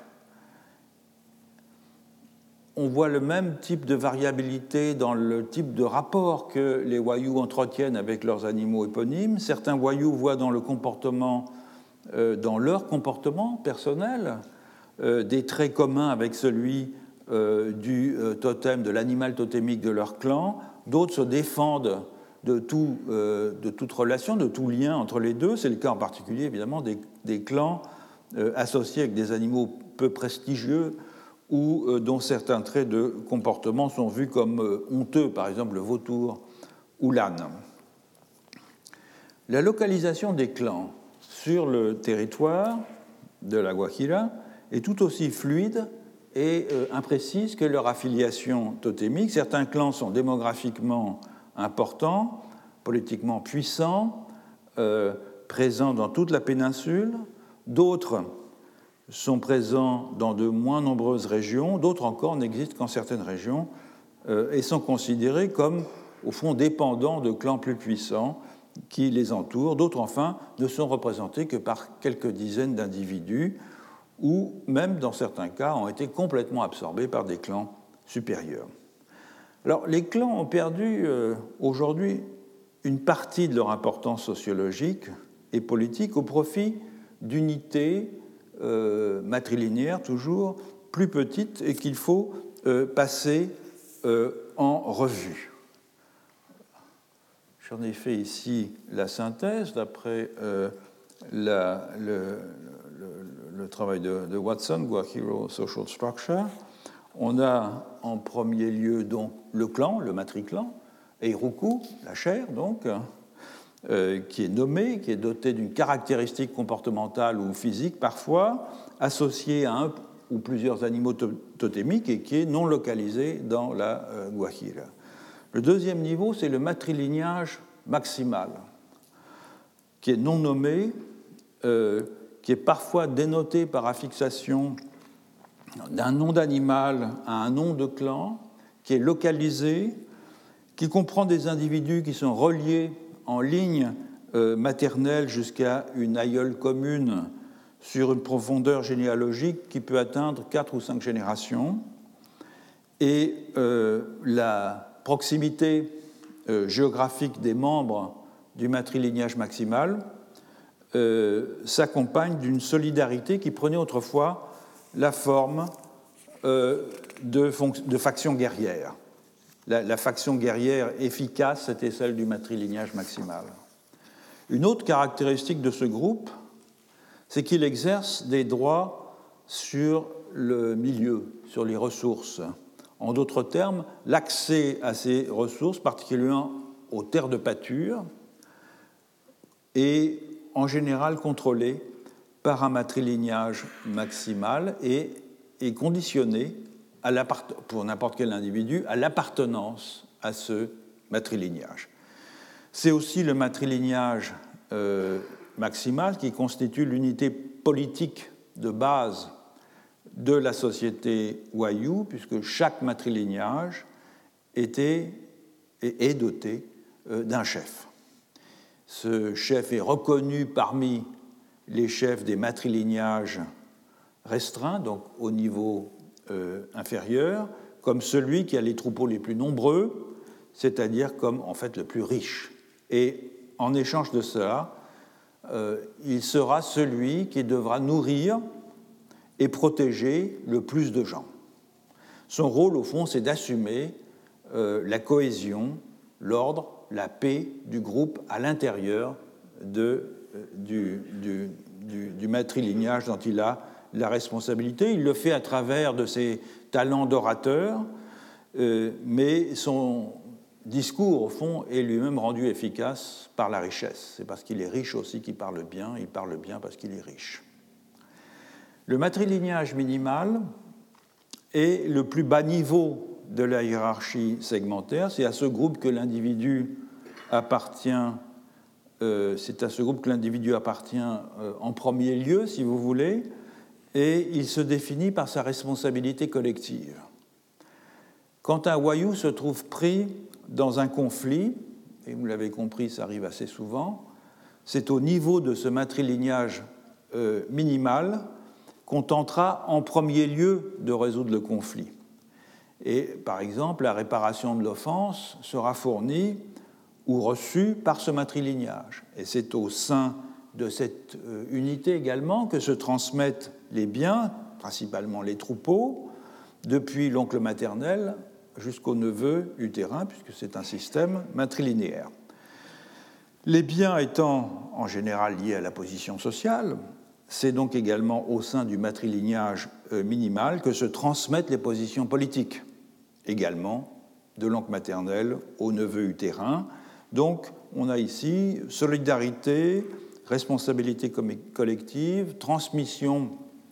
On voit le même type de variabilité dans le type de rapport que les Wayuu entretiennent avec leurs animaux éponymes. Certains Wayuu voient dans le comportement, euh, dans leur comportement personnel, euh, des traits communs avec celui euh, du euh, totem, de l'animal totémique de leur clan. D'autres se défendent de, tout, euh, de toute relation, de tout lien entre les deux. C'est le cas en particulier, évidemment, des, des clans euh, associés avec des animaux peu prestigieux ou euh, dont certains traits de comportement sont vus comme euh, honteux, par exemple le vautour ou l'âne. La localisation des clans sur le territoire de la Guajira est tout aussi fluide et euh, imprécise que leur affiliation totémique. Certains clans sont démographiquement importants, politiquement puissants, euh, présents dans toute la péninsule. D'autres sont présents dans de moins nombreuses régions. D'autres encore n'existent qu'en certaines régions euh, et sont considérés comme, au fond, dépendants de clans plus puissants qui les entourent. D'autres, enfin, ne sont représentés que par quelques dizaines d'individus ou, même dans certains cas, ont été complètement absorbés par des clans supérieurs. Alors, les clans ont perdu euh, aujourd'hui une partie de leur importance sociologique et politique au profit d'unités euh, matrilinéaires toujours plus petites et qu'il faut euh, passer euh, en revue. J'en ai fait ici la synthèse d'après euh, la, le, le, le travail de, de Watson, Guajiro Social Structure. On a en premier lieu donc le clan, le matriclan, et Ruku, la chair, donc, euh, qui est nommé, qui est doté d'une caractéristique comportementale ou physique parfois, associée à un ou plusieurs animaux totémiques et qui est non localisé dans la euh, Guajira. Le deuxième niveau, c'est le matrilignage maximal, qui est non nommé, euh, qui est parfois dénoté par affixation d'un nom d'animal à un nom de clan, qui est localisé, qui comprend des individus qui sont reliés en ligne euh, maternelle jusqu'à une aïeule commune sur une profondeur généalogique qui peut atteindre quatre ou cinq générations. Et euh, la proximité euh, géographique des membres du matrilignage maximal euh, s'accompagne d'une solidarité qui prenait autrefois la forme euh, de, fonc- de factions guerrières. La, la faction guerrière efficace, c'était celle du matrilignage maximal. Une autre caractéristique de ce groupe, c'est qu'il exerce des droits sur le milieu, sur les ressources. En d'autres termes, l'accès à ces ressources, particulièrement aux terres de pâture, est en général contrôlé par un matrilignage maximal et est conditionné à pour n'importe quel individu à l'appartenance à ce matrilignage. C'est aussi le matrilignage euh, maximal qui constitue l'unité politique de base de la société Wayuu, puisque chaque matrilignage était et est doté euh, d'un chef. Ce chef est reconnu parmi les chefs des matrilignages restreints, donc au niveau euh, inférieur, comme celui qui a les troupeaux les plus nombreux, c'est-à-dire comme en fait le plus riche. Et en échange de cela, euh, il sera celui qui devra nourrir et protéger le plus de gens. Son rôle, au fond, c'est d'assumer euh, la cohésion, l'ordre, la paix du groupe à l'intérieur de Du, du, du, du matrilignage dont il a la responsabilité. Il le fait à travers de ses talents d'orateur, euh, mais son discours, au fond, est lui-même rendu efficace par la richesse. C'est parce qu'il est riche aussi qu'il parle bien, il parle bien parce qu'il est riche. Le matrilignage minimal est le plus bas niveau de la hiérarchie segmentaire. C'est à ce groupe que l'individu appartient, euh, c'est à ce groupe que l'individu appartient euh, en premier lieu, si vous voulez, et il se définit par sa responsabilité collective. Quand un voyou se trouve pris dans un conflit, et vous l'avez compris, ça arrive assez souvent, c'est au niveau de ce matrilignage euh, minimal qu'on tentera en premier lieu de résoudre le conflit. Et par exemple, la réparation de l'offense sera fournie ou reçue par ce matrilignage. Et c'est au sein de cette euh, unité également que se transmettent les biens, principalement les troupeaux, depuis l'oncle maternel jusqu'au neveu utérin, puisque c'est un système matrilinéaire. Les biens étant en général liés à la position sociale, c'est donc également au sein du matrilignage minimal que se transmettent les positions politiques, également de l'oncle maternel au neveu utérin. Donc, on a ici solidarité, responsabilité collective, transmission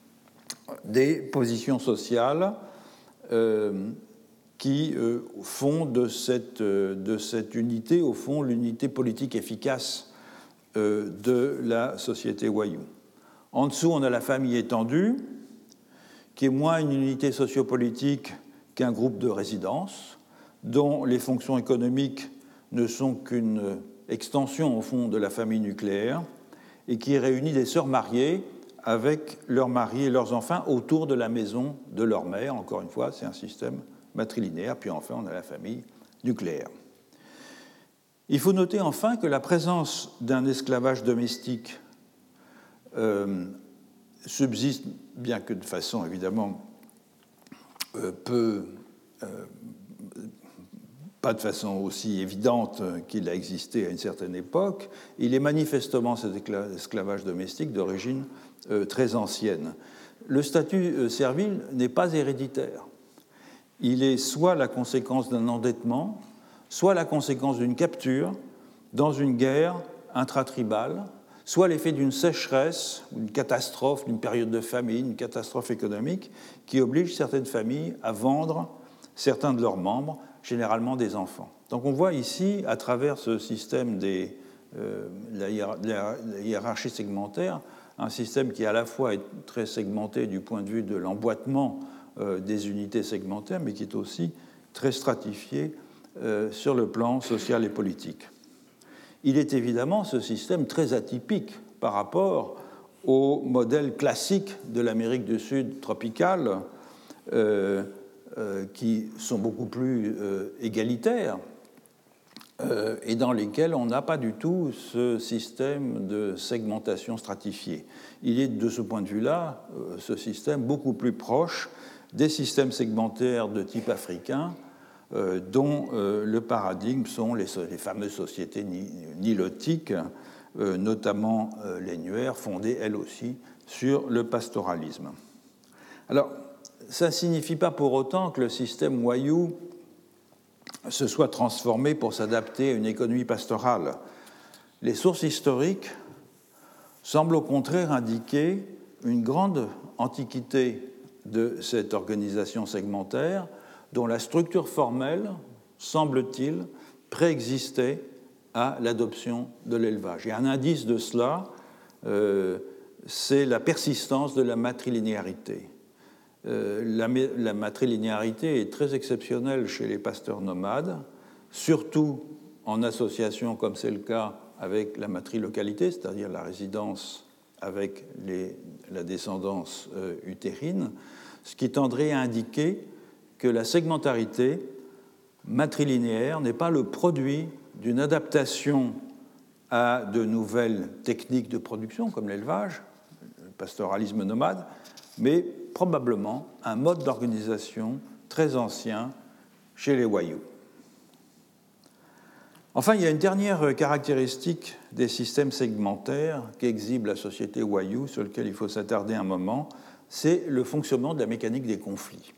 des positions sociales euh, qui euh, font de cette, euh, de cette unité, au fond, l'unité politique efficace euh, de la société wayuu. En dessous, on a la famille étendue, qui est moins une unité sociopolitique qu'un groupe de résidence, dont les fonctions économiques ne sont qu'une extension, au fond, de la famille nucléaire, et qui réunit des sœurs mariées avec leurs maris et leurs enfants autour de la maison de leur mère. Encore une fois, c'est un système matrilinéaire. Puis enfin, on a la famille nucléaire. Il faut noter enfin que la présence d'un esclavage domestique Euh, subsiste, bien que de façon évidemment euh, peu, euh, pas de façon aussi évidente qu'il a existé à une certaine époque. Il est manifestement cet esclavage domestique d'origine euh, très ancienne. Le statut euh, servile n'est pas héréditaire. Il est soit la conséquence d'un endettement, soit la conséquence d'une capture dans une guerre intratribale, soit l'effet d'une sécheresse, d'une catastrophe, d'une période de famine, une catastrophe économique qui oblige certaines familles à vendre certains de leurs membres, généralement des enfants. Donc on voit ici, à travers ce système de euh, la, la, la hiérarchie segmentaire, un système qui à la fois est très segmenté du point de vue de l'emboîtement euh, des unités segmentaires, mais qui est aussi très stratifié euh, sur le plan social et politique. Il est évidemment ce système très atypique par rapport au modèle classique de l'Amérique du Sud tropicale, euh, euh, qui sont beaucoup plus euh, égalitaires euh, et dans lesquels on n'a pas du tout ce système de segmentation stratifiée. Il est de ce point de vue-là, euh, ce système beaucoup plus proche des systèmes segmentaires de type africain, Euh, dont euh, le paradigme sont les, les fameuses sociétés nilotiques, euh, notamment euh, les Nuer, fondées elles aussi sur le pastoralisme. Alors, ça ne signifie pas pour autant que le système wayuu se soit transformé pour s'adapter à une économie pastorale. Les sources historiques semblent au contraire indiquer une grande antiquité de cette organisation segmentaire, dont la structure formelle, semble-t-il, préexistait à l'adoption de l'élevage. Et un indice de cela, euh, c'est la persistance de la matrilinéarité. Euh, la, la matrilinéarité est très exceptionnelle chez les pasteurs nomades, surtout en association, comme c'est le cas, avec la matrilocalité, c'est-à-dire la résidence avec les, la descendance euh, utérine, ce qui tendrait à indiquer que la segmentarité matrilinéaire n'est pas le produit d'une adaptation à de nouvelles techniques de production, comme l'élevage, le pastoralisme nomade, mais probablement un mode d'organisation très ancien chez les wayuu. Enfin, il y a une dernière caractéristique des systèmes segmentaires qu'exhibe la société wayuu, sur lequel il faut s'attarder un moment, c'est le fonctionnement de la mécanique des conflits.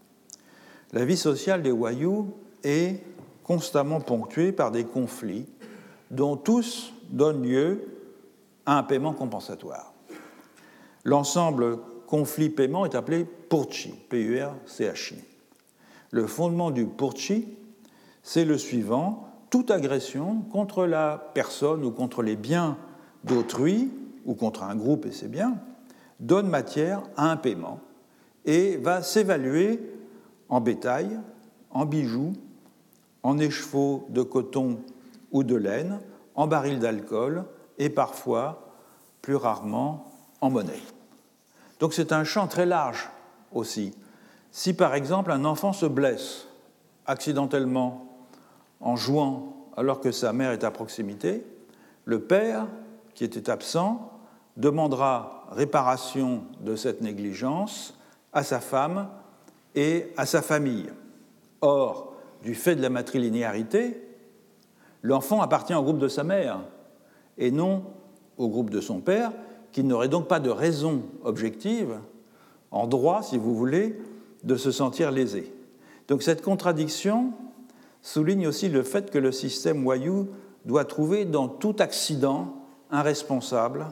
La vie sociale des Wayuu est constamment ponctuée par des conflits dont tous donnent lieu à un paiement compensatoire. L'ensemble conflit-paiement est appelé Purchi, P U R C H I. Le fondement du Purchi, c'est le suivant: toute agression contre la personne ou contre les biens d'autrui, ou contre un groupe et ses biens, donne matière à un paiement et va s'évaluer en bétail, en bijoux, en écheveaux de coton ou de laine, en barils d'alcool et parfois, plus rarement, en monnaie. Donc c'est un champ très large aussi. Si par exemple un enfant se blesse accidentellement en jouant alors que sa mère est à proximité, le père, qui était absent, demandera réparation de cette négligence à sa femme et à sa famille. Or, du fait de la matrilinéarité, l'enfant appartient au groupe de sa mère et non au groupe de son père, qui n'aurait donc pas de raison objective, en droit, si vous voulez, de se sentir lésé. Donc cette contradiction souligne aussi le fait que le système Wayuu doit trouver dans tout accident un responsable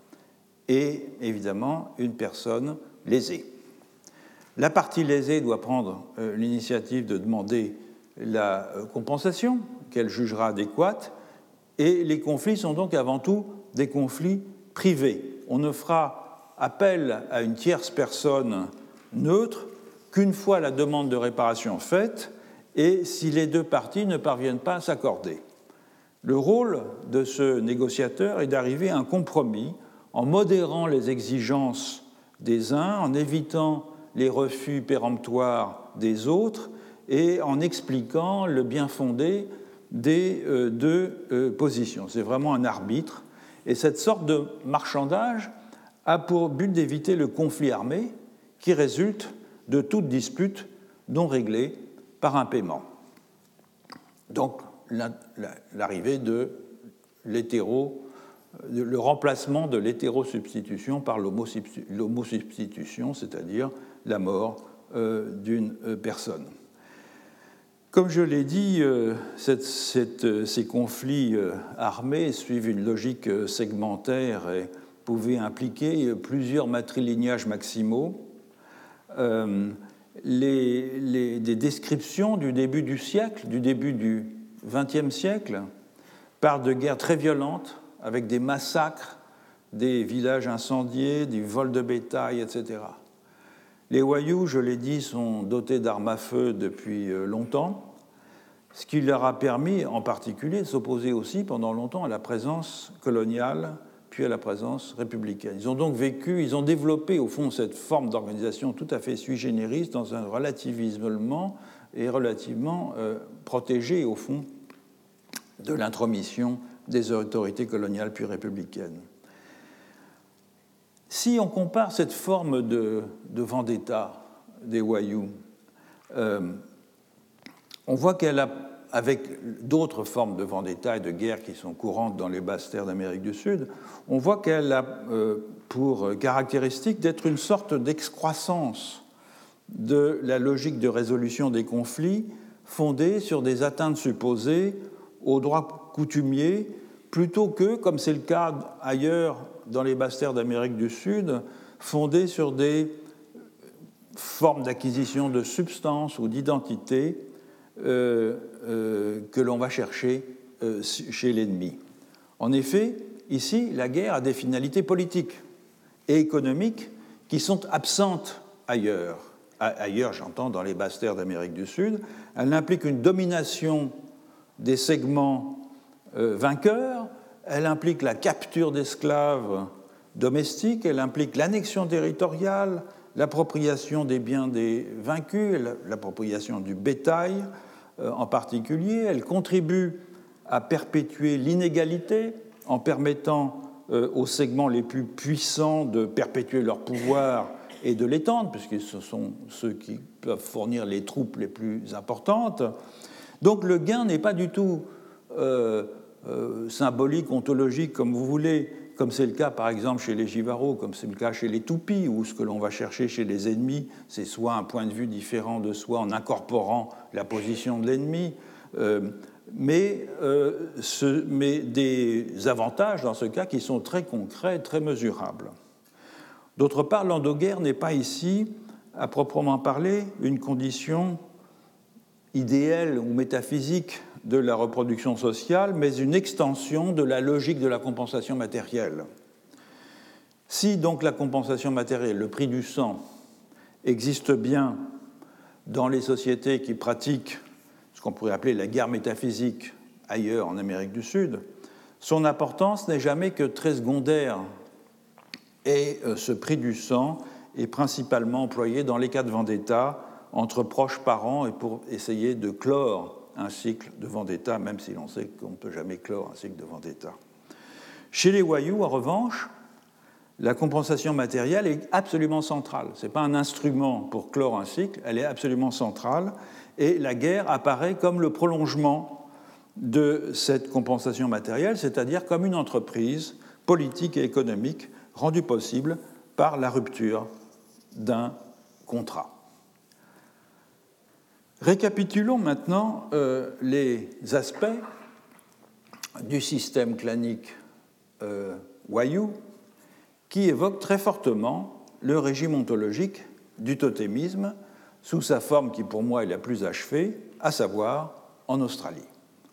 et évidemment une personne lésée. La partie lésée doit prendre euh, l'initiative de demander la euh, compensation qu'elle jugera adéquate, et les conflits sont donc avant tout des conflits privés. On ne fera appel à une tierce personne neutre qu'une fois la demande de réparation faite et si les deux parties ne parviennent pas à s'accorder. Le rôle de ce négociateur est d'arriver à un compromis en modérant les exigences des uns, en évitant les refus péremptoires des autres et en expliquant le bien fondé des euh, deux euh, positions. C'est vraiment un arbitre. Et cette sorte de marchandage a pour but d'éviter le conflit armé qui résulte de toute dispute non réglée par un paiement. Donc, l'arrivée de l'hétéro, le remplacement de l'hétérosubstitution par l'homosubstitution, c'est-à-dire la mort euh, d'une personne. Comme je l'ai dit, euh, cette, cette, ces conflits euh, armés suivent une logique euh, segmentaire et pouvaient impliquer plusieurs matrilignages maximaux. Euh, les, les, des descriptions du début du siècle, du début du vingtième siècle, parlent de guerres très violentes, avec des massacres, des villages incendiés, du vol de bétail, et cetera. Les Wayuu, je l'ai dit, sont dotés d'armes à feu depuis longtemps, ce qui leur a permis en particulier de s'opposer aussi pendant longtemps à la présence coloniale, puis à la présence républicaine. Ils ont donc vécu, ils ont développé au fond cette forme d'organisation tout à fait sui generis dans un relativisme allemand et relativement euh, protégé au fond de l'intromission des autorités coloniales puis républicaines. Si on compare cette forme de, de vendetta des Wayuu, euh, on voit qu'elle a, avec d'autres formes de vendetta et de guerre qui sont courantes dans les basses terres d'Amérique du Sud, on voit qu'elle a euh, pour caractéristique d'être une sorte d'excroissance de la logique de résolution des conflits fondée sur des atteintes supposées aux droits coutumiers, plutôt que, comme c'est le cas ailleurs dans les basses terres d'Amérique du Sud, fondées sur des formes d'acquisition de substances ou d'identité euh, euh, que l'on va chercher euh, chez l'ennemi. En effet, ici, la guerre a des finalités politiques et économiques qui sont absentes ailleurs. Ailleurs, j'entends dans les basses terres d'Amérique du Sud. Elle implique une domination des segments euh, vainqueurs, elle implique la capture d'esclaves domestiques, elle implique l'annexion territoriale, l'appropriation des biens des vaincus, l'appropriation du bétail euh, en particulier. Elle contribue à perpétuer l'inégalité en permettant euh, aux segments les plus puissants de perpétuer leur pouvoir et de l'étendre, puisque ce sont ceux qui peuvent fournir les troupes les plus importantes. Donc le gain n'est pas du tout euh, euh, symbolique, ontologique, comme vous voulez, comme c'est le cas par exemple chez les Jivaros, comme c'est le cas chez les Tupis, où ce que l'on va chercher chez les ennemis, c'est soit un point de vue différent de soi en incorporant la position de l'ennemi, euh, mais, euh, ce, mais des avantages dans ce cas qui sont très concrets, très mesurables. D'autre part, l'endoguerre n'est pas ici, à proprement parler, une condition idéale ou métaphysique de la reproduction sociale, mais une extension de la logique de la compensation matérielle. Si donc la compensation matérielle, le prix du sang, existe bien dans les sociétés qui pratiquent ce qu'on pourrait appeler la guerre métaphysique ailleurs en Amérique du Sud, son importance n'est jamais que très secondaire et ce prix du sang est principalement employé dans les cas de vendetta entre proches parents et pour essayer de clore un cycle de vendetta, même si l'on sait qu'on ne peut jamais clore un cycle de vendetta. Chez les Wayuu, en revanche, la compensation matérielle est absolument centrale. Ce n'est pas un instrument pour clore un cycle, elle est absolument centrale, et la guerre apparaît comme le prolongement de cette compensation matérielle, c'est-à-dire comme une entreprise politique et économique rendue possible par la rupture d'un contrat. Récapitulons maintenant euh, les aspects du système clanique euh, Wayuu qui évoquent très fortement le régime ontologique du totémisme sous sa forme qui pour moi est la plus achevée, à savoir en Australie.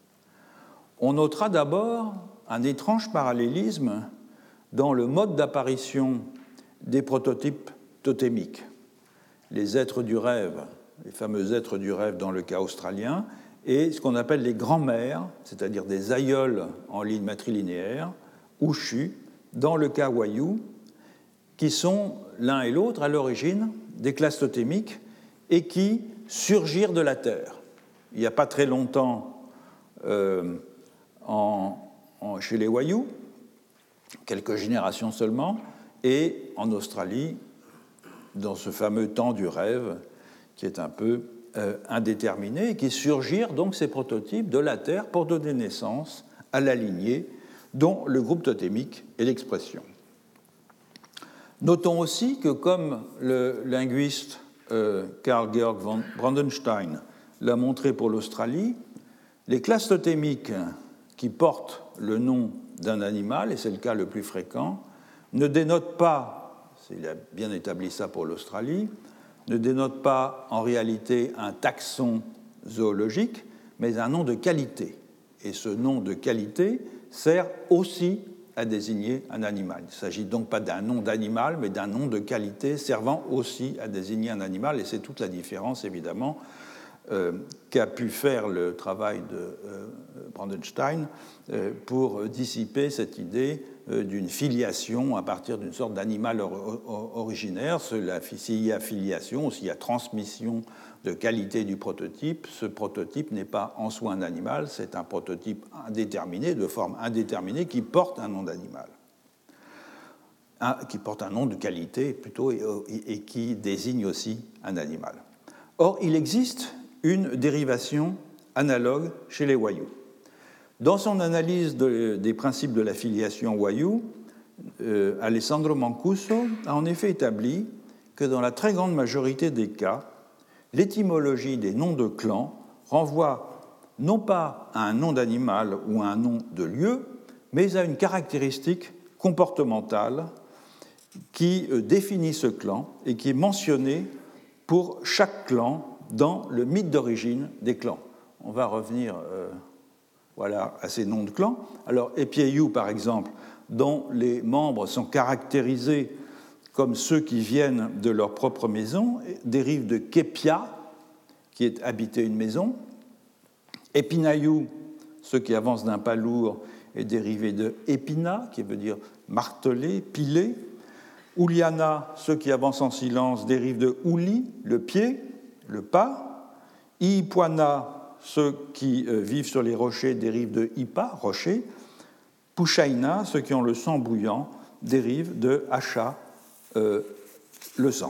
On notera d'abord un étrange parallélisme dans le mode d'apparition des prototypes totémiques. Les êtres du rêve, les fameux êtres du rêve dans le cas australien, et ce qu'on appelle les grands-mères, c'est-à-dire des aïeuls en ligne matrilinéaire, ou chus, dans le cas Wayuu, qui sont l'un et l'autre à l'origine des classes totémiques et qui surgirent de la Terre. Il n'y a pas très longtemps, euh, en, en, chez les Wayuu, quelques générations seulement, et en Australie, dans ce fameux temps du rêve, qui est un peu euh, indéterminé, et qui surgirent donc ces prototypes de la Terre pour donner naissance à la lignée dont le groupe totémique est l'expression. Notons aussi que, comme le linguiste euh, Carl Georg von Brandenstein l'a montré pour l'Australie, les classes totémiques qui portent le nom d'un animal, et c'est le cas le plus fréquent, ne dénotent pas, il a bien établi ça pour l'Australie, ne dénotent pas en réalité un taxon zoologique, mais un nom de qualité. Et ce nom de qualité sert aussi à désigner un animal. Il ne s'agit donc pas d'un nom d'animal, mais d'un nom de qualité servant aussi à désigner un animal, et c'est toute la différence, évidemment, euh, qu'a pu faire le travail de euh, Brandenstein euh, pour dissiper cette idée euh, d'une filiation à partir d'une sorte d'animal or- or- originaire. Cela, s'il y a filiation, s'il y a transmission de qualité du prototype, ce prototype n'est pas en soi un animal, c'est un prototype indéterminé, de forme indéterminée, qui porte un nom d'animal, un, qui porte un nom de qualité plutôt, et, et qui désigne aussi un animal. Or, il existe une dérivation analogue chez les Wayuu. Dans son analyse de, des principes de la filiation Wayuu, euh, Alessandro Mancuso a en effet établi que dans la très grande majorité des cas, l'étymologie des noms de clans renvoie non pas à un nom d'animal ou à un nom de lieu, mais à une caractéristique comportementale qui définit ce clan et qui est mentionnée pour chaque clan dans le mythe d'origine des clans. On va revenir euh, voilà, à ces noms de clans. Alors, Epieyu, par exemple, dont les membres sont caractérisés comme ceux qui viennent de leur propre maison, dérive de Kepia, qui est habiter une maison. Epinayu, ceux qui avancent d'un pas lourd, est dérivé de Epina, qui veut dire marteler, piler. Uliana, ceux qui avancent en silence, dérive de Uli, le pied, le pas. Ipuana, ceux qui euh, vivent sur les rochers, dérivent de Ipa, rocher. Pushaina, ceux qui ont le sang bouillant, dérivent de Hacha, euh, le sang.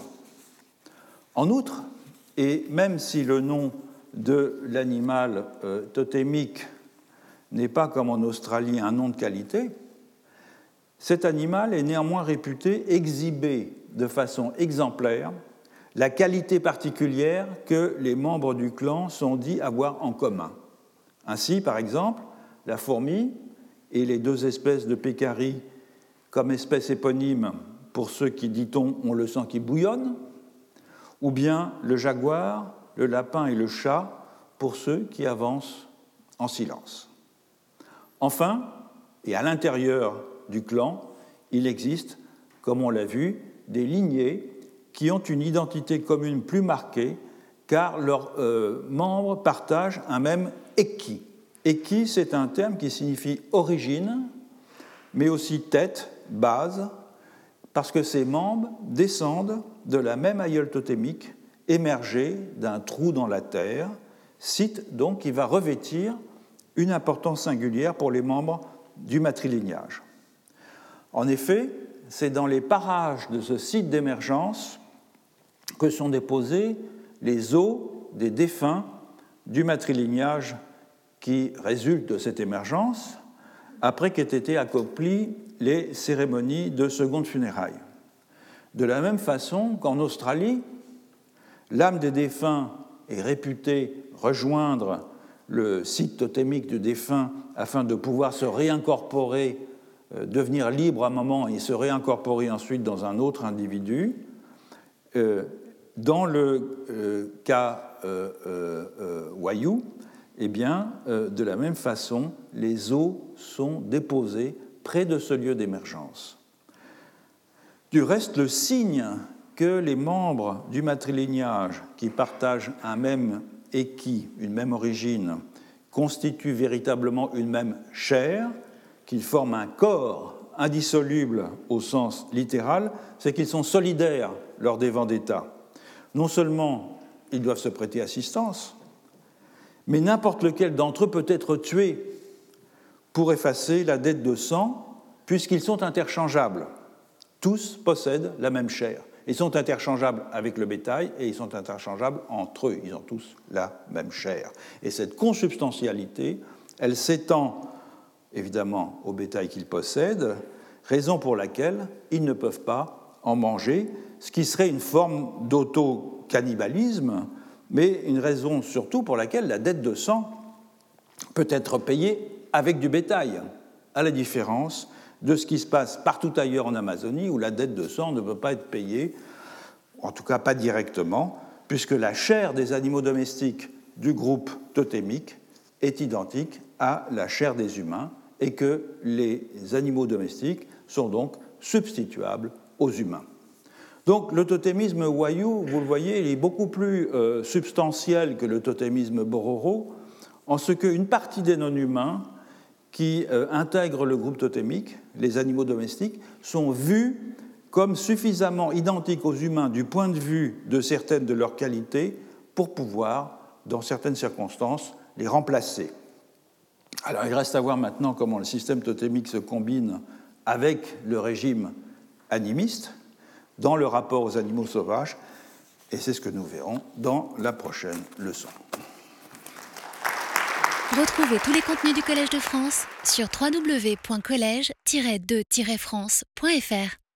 En outre, et même si le nom de l'animal euh, totémique n'est pas comme en Australie un nom de qualité, Cet animal est néanmoins réputé exhiber de façon exemplaire la qualité particulière que les membres du clan sont dits avoir en commun. Ainsi, par exemple, la fourmi et les deux espèces de pécaris comme espèces éponymes pour ceux qui, dit-on, ont le sang qui bouillonne, ou bien le jaguar, le lapin et le chat pour ceux qui avancent en silence. Enfin, et à l'intérieur du clan, il existe, comme on l'a vu, des lignées qui ont une identité commune plus marquée car leurs euh, membres partagent un même eki. Eki, c'est un terme qui signifie origine, mais aussi tête, base, parce que ces membres descendent de la même aïeule totémique émergée d'un trou dans la terre, site donc qui va revêtir une importance singulière pour les membres du matrilignage. En effet, c'est dans les parages de ce site d'émergence que sont déposés les os des défunts du matrilignage qui résulte de cette émergence, après qu'aient été accomplies les cérémonies de seconde funérailles. De la même façon qu'en Australie, l'âme des défunts est réputée rejoindre le site totémique du défunt afin de pouvoir se réincorporer, euh, devenir libre à un moment et se réincorporer ensuite dans un autre individu. Euh, dans le euh, cas euh, euh, Wayuu, eh bien, euh, de la même façon, les os sont déposés près de ce lieu d'émergence. Du reste, le signe que les membres du matrilignage qui partagent un même eki, une même origine, constituent véritablement une même chair, qu'ils forment un corps indissoluble au sens littéral, c'est qu'ils sont solidaires lors des vendettas. Non seulement ils doivent se prêter assistance, mais n'importe lequel d'entre eux peut être tué pour effacer la dette de sang, puisqu'ils sont interchangeables. Tous possèdent la même chair. Ils sont interchangeables avec le bétail et ils sont interchangeables entre eux. Ils ont tous la même chair. Et cette consubstantialité, elle s'étend évidemment au bétail qu'ils possèdent, raison pour laquelle ils ne peuvent pas en manger, ce qui serait une forme d'auto-cannibalisme, mais une raison surtout pour laquelle la dette de sang peut être payée avec du bétail, à la différence de ce qui se passe partout ailleurs en Amazonie, où la dette de sang ne peut pas être payée, en tout cas pas directement, puisque la chair des animaux domestiques du groupe totémique est identique à la chair des humains et que les animaux domestiques sont donc substituables aux humains. Donc le totémisme Wayuu, vous le voyez, il est beaucoup plus euh, substantiel que le totémisme Bororo, en ce qu'une partie des non-humains qui euh, intègrent le groupe totémique, les animaux domestiques, sont vus comme suffisamment identiques aux humains du point de vue de certaines de leurs qualités pour pouvoir, dans certaines circonstances, les remplacer. Alors il reste à voir maintenant comment le système totémique se combine avec le régime animiste dans le rapport aux animaux sauvages, et c'est ce que nous verrons dans la prochaine leçon. Retrouvez tous les contenus du Collège de France sur w w w point collège tiret de tiret france point f r.